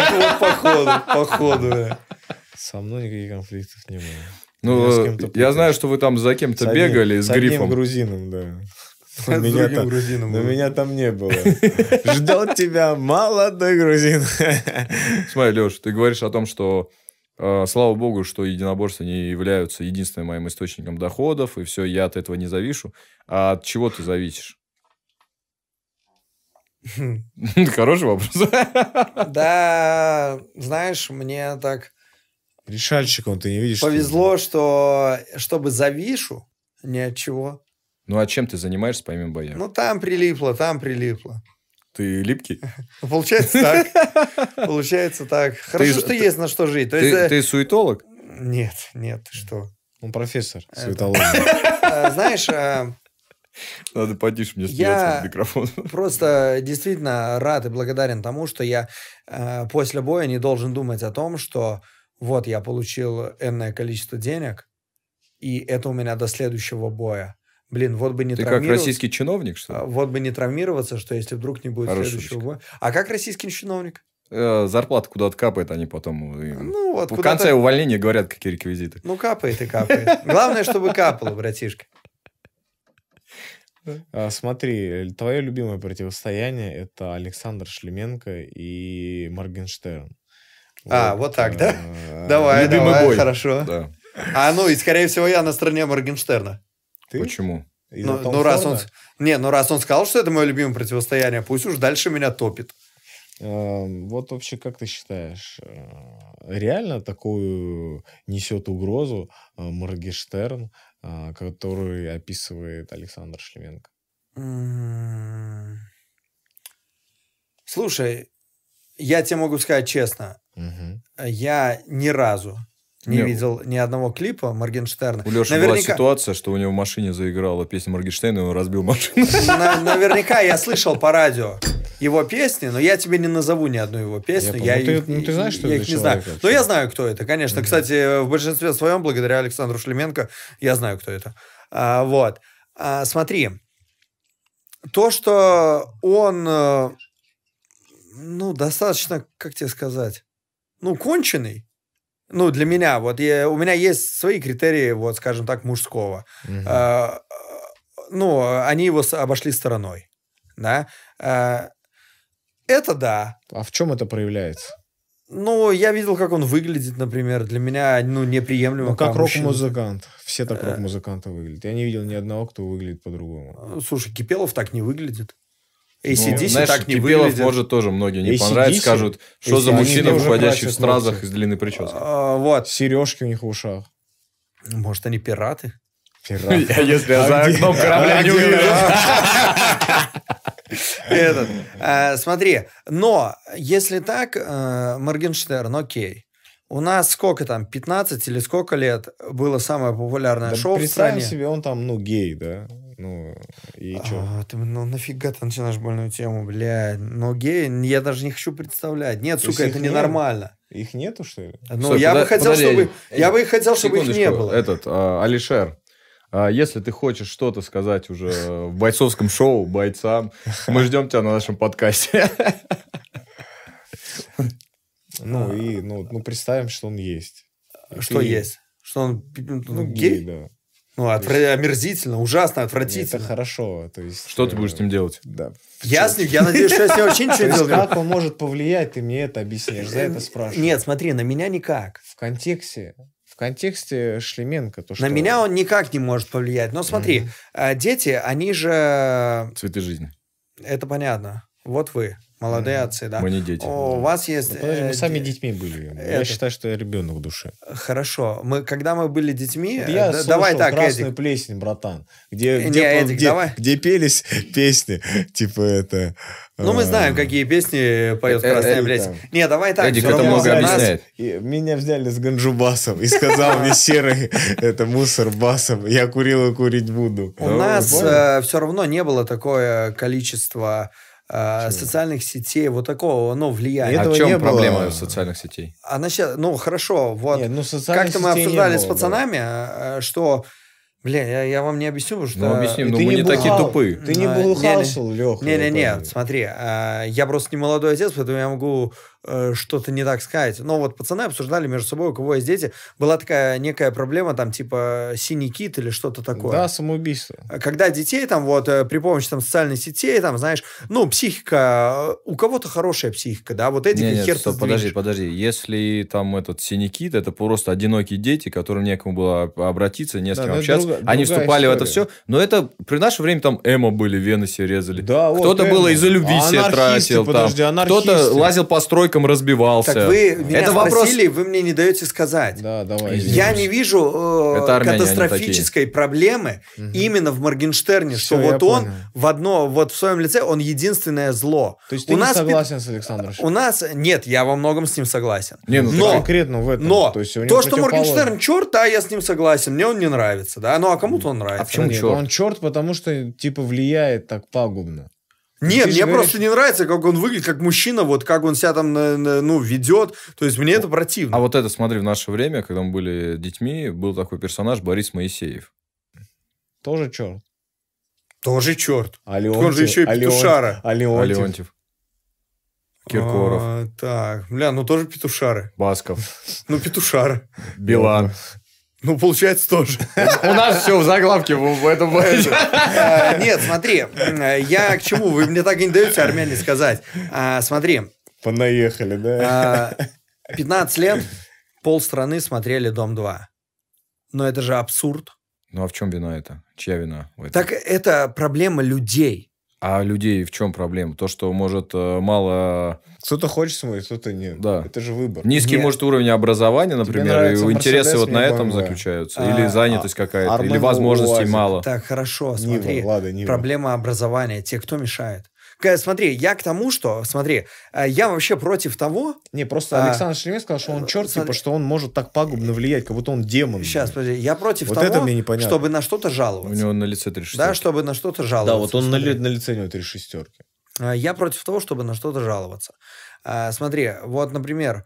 Походу. Со мной никаких конфликтов не было. Ну, я знаю, что вы там за кем-то бегали с грифом. С одним грузином, да. Меня там не было. Ждет тебя молодой грузин. Смотри, Леш, ты говоришь о том, что слава богу, что единоборства не являются единственным моим источником доходов, и все, я от этого не завишу. А от чего ты зависишь? Хороший вопрос. Да, знаешь, мне так... Решальщиком ты не видишь? Повезло, что чтобы завишу, ни от чего. Ну, а чем ты занимаешься помимо боя? Ну, там прилипло. Ты липкий? Получается так. Хорошо, что есть на что жить. Ты суетолог? Нет, ты что? Он профессор суетологии. Знаешь... Надо потише мне смеяться в микрофон. Просто действительно рад и благодарен тому, что я после боя не должен думать о том, что вот я получил энное количество денег, и это у меня до следующего боя. Блин, вот бы не травмироваться. Ты как российский чиновник, что ли? Вот бы не травмироваться, что если вдруг не будет следующего боя. А как российский чиновник? Зарплата куда-то капает, они потом... Ну, вот в конце увольнения говорят, какие реквизиты. Ну, капает и капает. Главное, чтобы капало, братишка. Смотри, твое любимое противостояние — это Александр Шлеменко и Моргенштерн. Вот так, да? Давай, бой. Хорошо. Да. И, скорее всего, я на стороне Моргенштерна. Ты? Почему? Раз он сказал, что это мое любимое противостояние, пусть уж дальше меня топит. Вот вообще, как ты считаешь, реально такую несет угрозу Моргенштерн, который описывает Александр Шлеменко? Слушай, я тебе могу сказать честно, я ни разу не видел ни одного клипа Моргенштерна. У Леши была ситуация, что у него в машине заиграла песня Моргенштерна, и он разбил машину. Наверняка я слышал по радио его песни, но я тебе не назову ни одну его песню. Ты знаешь, что это не знаю. Но я знаю, кто это, конечно. Кстати, в большинстве своем, благодаря Александру Шлеменко, я знаю, кто это. Смотри, то, что он, достаточно, как тебе сказать, конченый. Для меня, у меня есть свои критерии, скажем так, мужского. Они его обошли стороной. Да? Это да. А в чем это проявляется? Я видел, как он выглядит, например. Для меня, неприемлемо. Как рок-музыкант. Все так рок-музыканты выглядят. Я не видел ни одного, кто выглядит по-другому. Слушай, Кипелов так не выглядит. AC/DC так не Кипелов выглядит. Может тоже многие не понравится, скажут, что за мужчина, выходящий в стразах из длинной прически. Сережки у них в ушах. Может, они пираты? Если я за окном корабля не увижу. Смотри, но если так, Моргенштерн, окей. У нас сколько там, 15 или сколько лет было самое популярное шоу в стране? Представь себе, он там, гей, да? И что? Нафига ты начинаешь больную тему, блядь? Гей, я даже не хочу представлять. Нет, сука, это ненормально. Их нету, что ли? Я бы хотел, чтобы их не было. Алишер, если ты хочешь что-то сказать уже в бойцовском шоу бойцам, мы ждем тебя на нашем подкасте. Представим, что он есть. Что есть? Что он гей? Да. Омерзительно, ужасно, отвратительно. Это хорошо. То есть, что ты будешь с ним делать? Да. Я надеюсь, что я с ним вообще ничего не делаю. Как он может повлиять, ты мне это объяснишь, за это спрашиваешь. Нет, смотри, на меня никак. В контексте Шлеменко. На меня он никак не может повлиять. Но смотри, дети, они же... Цветы жизни. Это понятно. Вот вы. Молодые отцы, да? Мы не дети. У вас есть... мы сами детьми были. Я считаю, что я ребенок в душе. Хорошо. Когда мы были детьми... Я слушал «Красную плесень», братан. Где пелись песни. Типа это... мы знаем, какие песни поет «Красная плесень». Не, давай так. Эдик это много объясняет. Меня взяли с ганджубасом и сказал мне: серый, это мусор басом. Я курил и курить буду. У нас все равно не было такое количество... социальных сетей, вот такого, влияния. А в чем проблема социальных сетей? Хорошо, как-то мы обсуждали с пацанами, что, я вам не объясню, потому что... объясним, мы не такие тупые. Ты не бухался, Леха. Нет, смотри, я просто не молодой отец, поэтому я могу что-то не так сказать. Но пацаны обсуждали между собой, у кого есть дети, была такая некая проблема, там, типа, синий кит или что-то такое. Да, самоубийство. Когда детей, там, при помощи, там, социальных сетей, там, знаешь, психика, у кого-то хорошая психика, да, эти хер ты сдвинешь. Подожди, если там этот синий кит, это просто одинокие дети, которым некому было обратиться, не с кем общаться, они вступали в это все, но это, при наше время, там, эмо были, вены себе резали. Да, кто-то было из-за любви себе тратил, кто-то лазил по стройкам, разбивался. Так вы меня спросили, вы мне не даете сказать. Да, давай. Я не вижу катастрофической проблемы именно в Моргенштерне, что он в своем лице, он единственное зло. То есть ты не согласен с Александром? У нас, нет, я во многом с ним согласен. Но конкретно в этом. Но то, что Моргенштерн черт, да, я с ним согласен. Мне он не нравится, да. А кому-то он нравится. А почему черт? Он черт, потому что, типа, влияет так пагубно. Нет, мне просто не нравится, как он выглядит, как мужчина, как он себя там, ведет. То есть, мне это противно. А это, смотри, в наше время, когда мы были детьми, был такой персонаж Борис Моисеев. Тоже черт. Тоже черт. Алеонтьев. Он же еще и петушара. Алеонтьев. Киркоров. Так, тоже петушары. Басков. Петушара. Билан. Ну, получается, тоже. У нас все в заглавке в этом. Нет, смотри, я к чему? Вы мне так и не даете, армяне, сказать. Смотри. Понаехали, да? 15 лет полстраны смотрели «Дом-2». Но это же абсурд. Ну, а в чем вина это? Чья вина? Так это проблема людей. А людей в чем проблема? То, что, может, мало... Кто-то хочет смотреть, кто-то нет. Да. Это же выбор. Низкий, может, уровень образования, например, и интересы вот на этом заключаются. Или занятость какая-то, или возможностей мало. Так, хорошо, смотри. Проблема образования. Те, кто мешает? Смотри, я к тому, что... Смотри, я вообще против того... Не, просто Александр Шеремет сказал, что он черт, типа, что он может так пагубно влиять, как будто он демон. Сейчас, подожди. Я против того, чтобы на что-то жаловаться. У него на лице 3 шестерки. Да, чтобы на что-то жаловаться. Да, вот он на лице у него 3 шестерки. Я против того, чтобы на что-то жаловаться. Смотри, вот, например,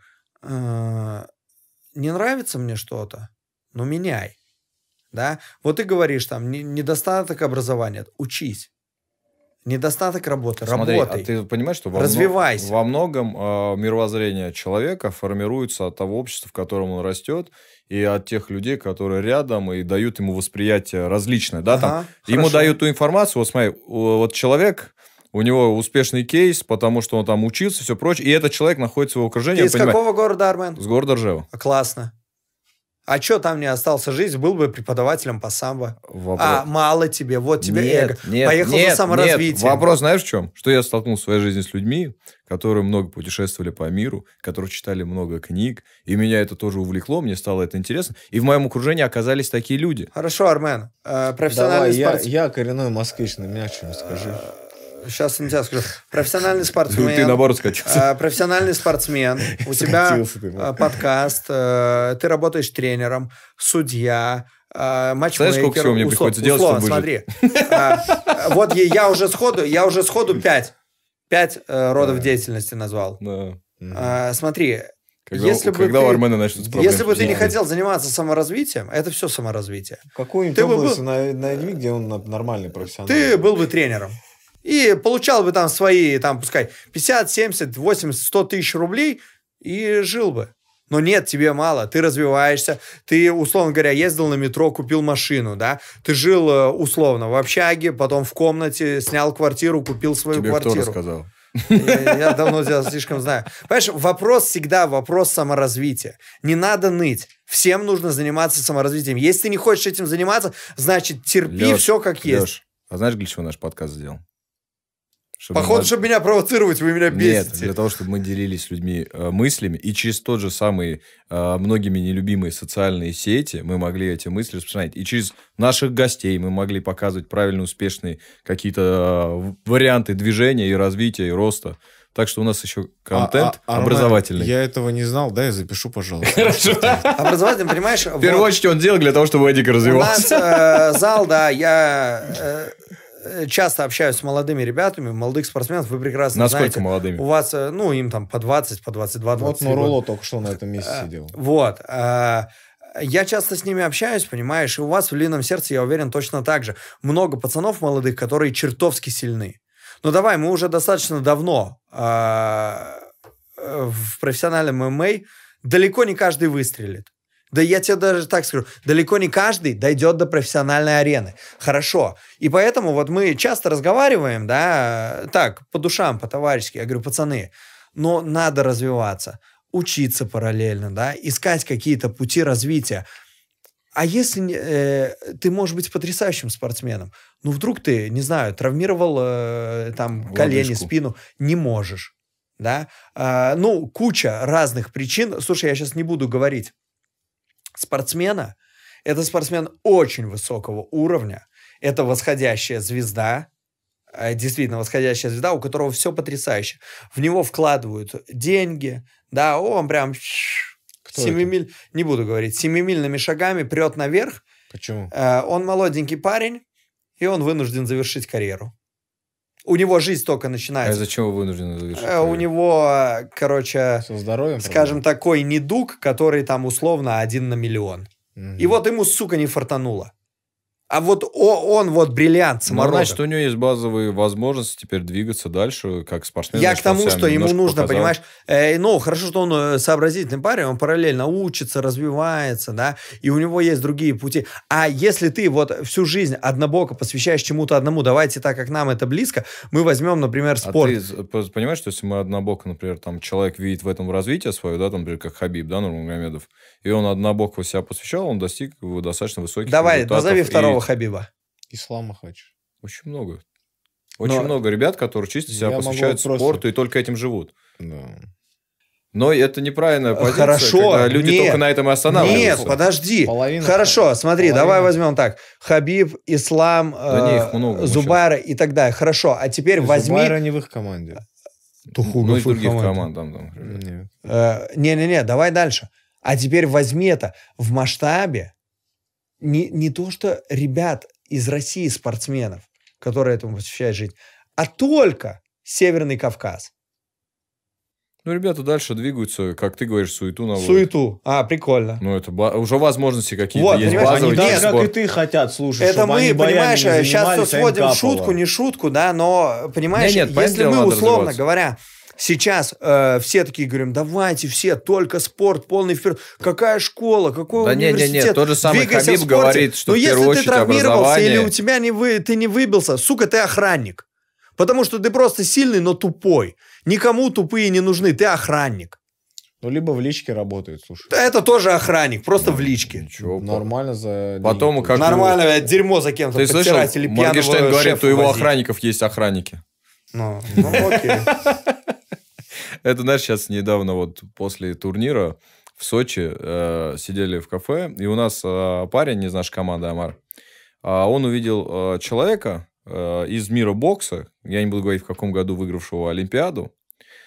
не нравится мне что-то, ну, меняй. Да? Вот ты говоришь, там, недостаток образования. Учись. Недостаток работы. Смотри, работай. А ты понимаешь, что развивайся. Во многом мировоззрение человека формируется от того общества, в котором он растет, и от тех людей, которые рядом, и дают ему восприятие различное. Да? Там, ему дают ту информацию, вот смотри, вот человек, у него успешный кейс, потому что он там учился, все прочее, и этот человек находится в его окружении. Ты из какого города, Армен? С города Ржева. Классно. А что там не остался жить? Был бы преподавателем по самбо. Мало тебе. Вот тебе эго. Поехал за саморазвитием. Нет. Вопрос знаешь в чем? Что я столкнулся в своей жизни с людьми, которые много путешествовали по миру, которые читали много книг, и меня это тоже увлекло, мне стало это интересно. И в моем окружении оказались такие люди. Хорошо, Армен. Профессиональный спортсмен. Я коренной москвич, на меня что-нибудь скажи. Сейчас я тебе скажу. Профессиональный спортсмен. Ты наоборот скатился. Профессиональный спортсмен. У тебя подкаст. Ты работаешь тренером, судья, матчмейкер. Знаешь, сколько всего мне приходится делать, чтобы выжить? Смотри. Вот я уже сходу 5 родов деятельности назвал. Смотри. Когда у Армена начнутся проблемы? Если бы ты не хотел заниматься саморазвитием, это все саморазвитие. Какую-нибудь область найди, где он нормальный профессионал. Ты был бы тренером. И получал бы там свои, там, пускай, 50, 70, 80, 100 тысяч рублей и жил бы. Но нет, тебе мало, ты развиваешься, ты, условно говоря, ездил на метро, купил машину, да, ты жил условно в общаге, потом в комнате, снял квартиру, купил свою квартиру. Кто рассказал? Я давно тебя слишком знаю. Понимаешь, вопрос всегда вопрос саморазвития. Не надо ныть. Всем нужно заниматься саморазвитием. Если ты не хочешь этим заниматься, значит, терпи все как есть. Леш, а знаешь, для чего наш подкаст сделал? Походу, чтобы меня провоцировать, вы меня бесите. Нет, для того, чтобы мы делились с людьми мыслями, и через тот же самый многими нелюбимые социальные сети мы могли эти мысли распространять. И через наших гостей мы могли показывать правильно успешные какие-то варианты движения и развития, и роста. Так что у нас еще контент образовательный. Я этого не знал, да, я запишу, пожалуйста. Хорошо. Образовательный, понимаешь? В первую очередь он делал для того, чтобы Эдик развивался. У нас зал, да, я... часто общаюсь с молодыми ребятами, молодых спортсменов, вы прекрасно знаете. Насколько молодыми? У вас, ну, им там по 20, по 22, 23 Вот Нуруло только что на этом месте сидел. Вот. Я часто с ними общаюсь, понимаешь, и у вас в «Львином сердце», я уверен, точно так же. Много пацанов молодых, которые чертовски сильны. Ну, давай, мы уже достаточно давно в профессиональном ММА, далеко не каждый выстрелит. Да я тебе даже так скажу, далеко не каждый дойдет до профессиональной арены. Хорошо. И поэтому вот мы часто разговариваем, да, так, по душам, по-товарищески. Я говорю, пацаны, но надо развиваться, учиться параллельно, да, искать какие-то пути развития. А если ты можешь быть потрясающим спортсменом, ну, вдруг ты, не знаю, травмировал там колени, спину, не можешь, да. Ну, куча разных причин. Слушай, я сейчас не буду говорить. Спортсмена – это спортсмен очень высокого уровня, это восходящая звезда, действительно восходящая звезда, у которого все потрясающе. В него вкладывают деньги, да, он прям не буду говорить, 7-мильными шагами прет наверх. Почему? Он молоденький парень, и он вынужден завершить карьеру. У него жизнь только начинается. А зачем вы вынуждены завершить? У него, короче, со здоровьем, скажем, такой недуг, который там условно 1 на миллион. И вот ему, сука, не фартануло. А вот он вот бриллиант самородок. Значит, у него есть базовые возможности теперь двигаться дальше, как спортсмен. Я к тому, что ему нужно, понимаешь, хорошо, что он сообразительный парень, он параллельно учится, развивается, да, и у него есть другие пути. А если ты вот всю жизнь однобоко посвящаешь чему-то одному, давайте так, как нам это близко, мы возьмем, например, спорт. А ты понимаешь, что если мы однобоко, например, там человек видит в этом развитие свое, да, там, например, как Хабиб, да, Нурмагомедов, и он однобоко себя посвящал, он достиг достаточно высоких результатов. Давай, назови второго Хабиба. Ислама хочешь? Очень много. Очень много ребят, которые чисто себя посвящают спорту и только этим живут. Да. Но это неправильная позиция, Хорошо, когда люди только на этом и останавливаются. Нет, подожди. Половина. Хорошо, смотри, давай возьмем так. Хабиб, Ислам, их много, Зубайра и так далее. Хорошо, а теперь возьми... Зубайра не в их команде. Ну, из других команд. Не-не-не, давай дальше. А теперь возьми это в масштабе. Не то, что ребят из России, спортсменов, которые этому посвящают жизнь, а только Северный Кавказ. Ну, ребята дальше двигаются, как ты говоришь, суету наводят. Суету. Прикольно. Ну, это уже возможности какие-то вот, есть, базовые. Они так, как и ты, хотят слушать. Это мы, понимаешь, сейчас все сводим в шутку, не шутку, да, но, понимаешь, если мы, условно говоря, сейчас все такие говорим, давайте все, только спорт, полный вперед. Какая школа, какой университет? Нет, тот же самый Хабиб говорит, что в первую очередь образование. Или у тебя ты не выбился, сука, ты охранник. Потому что ты просто сильный, но тупой. Никому тупые не нужны, ты охранник. Ну, либо в личке работает, слушай. Это тоже охранник, просто в личке. Ничего. Нормально за... Потом как... Нормально, дерьмо за кем-то ты подтирать слышал, или пьяного Моргенштерн говорит, что у его возить. охранников есть охранники. Ну окей. Это, знаешь, сейчас недавно вот после турнира в Сочи сидели в кафе, и у нас парень из нашей команды, Амар, он увидел человека из мира бокса, я не буду говорить, в каком году выигравшего Олимпиаду,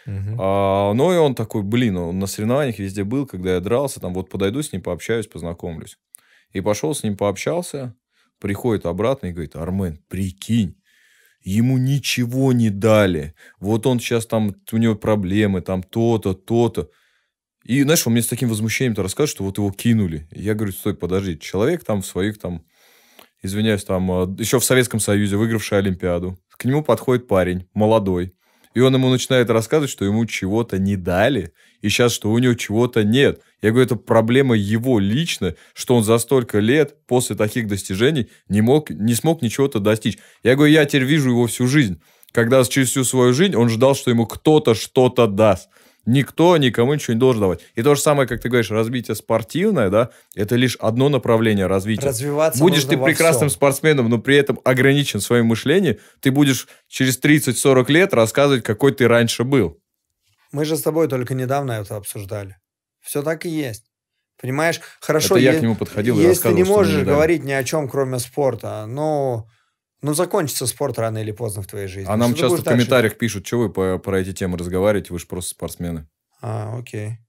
но и он такой, он на соревнованиях везде был, когда я дрался, там вот подойду с ним, пообщаюсь, познакомлюсь. И пошел с ним пообщался, приходит обратно и говорит, Армен, прикинь, ему ничего не дали. Вот он сейчас там, у него проблемы, там то-то, то-то. И, знаешь, он мне с таким возмущением-то рассказывает, что вот его кинули. И я говорю, стой, подожди, человек там в своих там, извиняюсь, там, еще в Советском Союзе, выигравший Олимпиаду. К нему подходит парень, молодой. И он ему начинает рассказывать, что ему чего-то не дали, и сейчас, что у него чего-то нет. Я говорю, это проблема его лично, что он за столько лет после таких достижений не смог ничего-то достичь. Я говорю, я теперь вижу его всю жизнь. Когда через всю свою жизнь он ждал, что ему кто-то что-то даст. Никто никому ничего не должен давать. И то же самое, как ты говоришь, развитие спортивное, да, это лишь одно направление развития. Развиваться будешь ты прекрасным спортсменом, но при этом ограничен в своем мышлении, ты будешь через 30-40 лет рассказывать, какой ты раньше был. Мы же с тобой только недавно это обсуждали. Все так и есть. Понимаешь? Хорошо, это я к нему подходил и если рассказывал, ты не можешь говорить ни о чем, кроме спорта, но закончится спорт рано или поздно в твоей жизни. А нам часто в комментариях пишут, что вы про эти темы разговариваете, вы же просто спортсмены. Окей.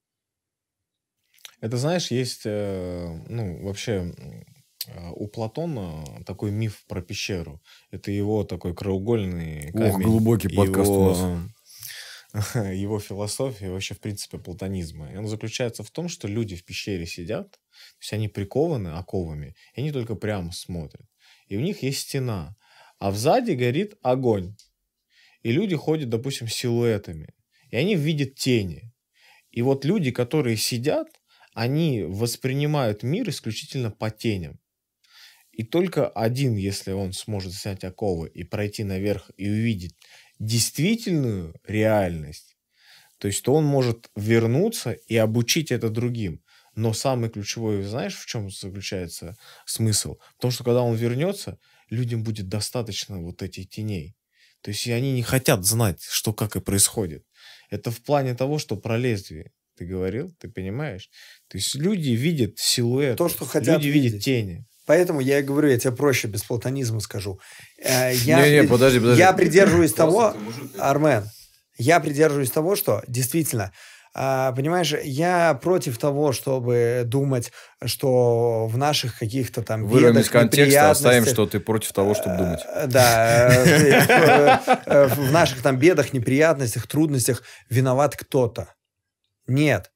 Это, знаешь, есть, вообще у Платона такой миф про пещеру. Это его такой краеугольный камень. Ох, глубокий подкаст у нас. Его философия, вообще, в принципе, платонизма. И он заключается в том, что люди в пещере сидят, то есть они прикованы оковами, и они только прямо смотрят. И у них есть стена, а сзади горит огонь. И люди ходят, допустим, силуэтами, и они видят тени. И вот люди, которые сидят, они воспринимают мир исключительно по теням. И только один, если он сможет снять оковы и пройти наверх и увидеть действительную реальность, то есть то он может вернуться и обучить это другим. Но самый ключевой, знаешь, в чем заключается смысл? В том, что когда он вернется, людям будет достаточно вот этих теней. То есть и они не хотят знать, что как и происходит. Это в плане того, что про лезвие ты говорил, ты понимаешь? То есть люди видят силуэт, то, что хотят люди видят тени. Поэтому я и говорю, я тебе проще, без платонизма скажу. Подожди. Я придерживаюсь того, Армен, я придерживаюсь того, что действительно, понимаешь, я против того, чтобы думать, что в наших каких-то там бедах, вырвем из контекста, оставим, что ты против того, чтобы думать. Да. В наших там бедах, неприятностях, трудностях виноват кто-то. Нет.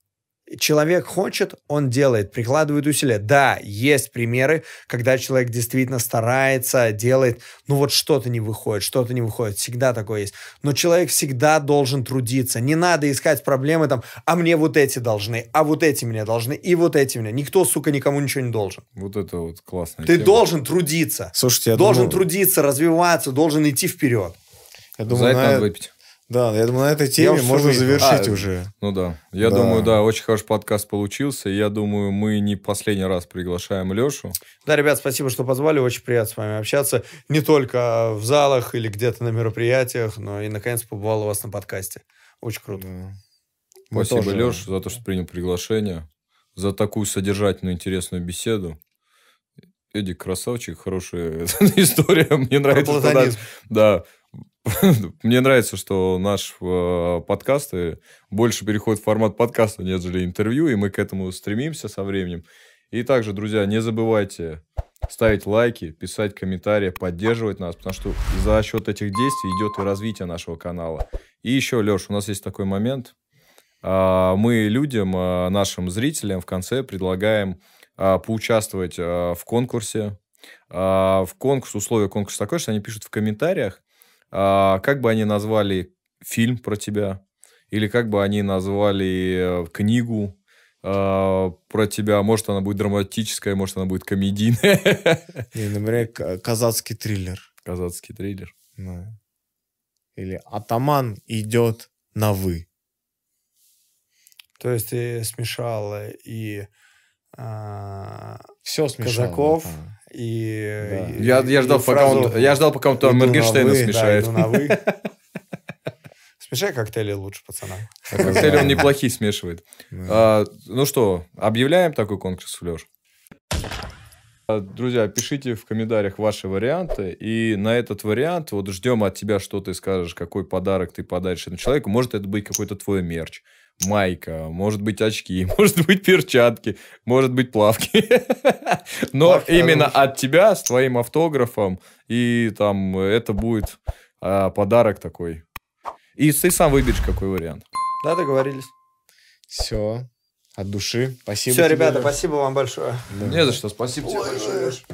Человек хочет, он делает, прикладывает усилия. Да, есть примеры, когда человек действительно старается, делает, ну вот что-то не выходит, всегда такое есть. Но человек всегда должен трудиться. Не надо искать проблемы там, а мне вот эти должны, а вот эти мне должны, и вот эти мне. Никто, сука, никому ничего не должен. Вот это вот классно. Ты должен трудиться. Слушайте, я должен трудиться, развиваться, должен идти вперед. Я думаю, за это надо выпить. Да, я думаю, на этой теме можно завершить уже. Ну да. Я думаю, да, очень хороший подкаст получился. Я думаю, мы не последний раз приглашаем Лешу. Да, ребят, спасибо, что позвали. Очень приятно с вами общаться. Не только в залах или где-то на мероприятиях, но и, наконец, побывал у вас на подкасте. Очень круто. Да. Спасибо, Леша, за то, что принял приглашение. За такую содержательную, интересную беседу. Эдик красавчик, хорошая история. Мне нравится. Да. Мне нравится, что наши подкасты больше переходят в формат подкаста, нежели интервью, и мы к этому стремимся со временем. И также, друзья, не забывайте ставить лайки, писать комментарии, поддерживать нас, потому что за счет этих действий идет и развитие нашего канала. И еще, Леш, у нас есть такой момент. Мы людям, нашим зрителям в конце предлагаем поучаствовать в конкурсе. Условия конкурса такое, что они пишут в комментариях, как бы они назвали фильм про тебя, или как бы они назвали книгу про тебя. Может, она будет драматическая, может, она будет комедийная. Например, казацкий триллер. Казацкий триллер. Или «Атаман идет на «вы». То есть ты смешал и все смешал. Казаков. И, да. Я ждал, пока он там Моргенштерна смешает. Да, смешай коктейли лучше, пацанам. Коктейли он неплохие смешивает. Ну что, объявляем такой конкурс, Леш? Друзья, пишите в комментариях ваши варианты. И на этот вариант вот ждем от тебя, что ты скажешь, какой подарок ты подаришь этому человеку. Может, это быть какой-то твой мерч. Майка, может быть, очки, может быть, перчатки, может быть, плавки. Но именно от тебя, с твоим автографом. И там это будет подарок такой. И ты сам выберешь, какой вариант. Да, договорились. Все. От души. Спасибо. Все, ребята, спасибо вам большое. Не за что. Спасибо тебе большое.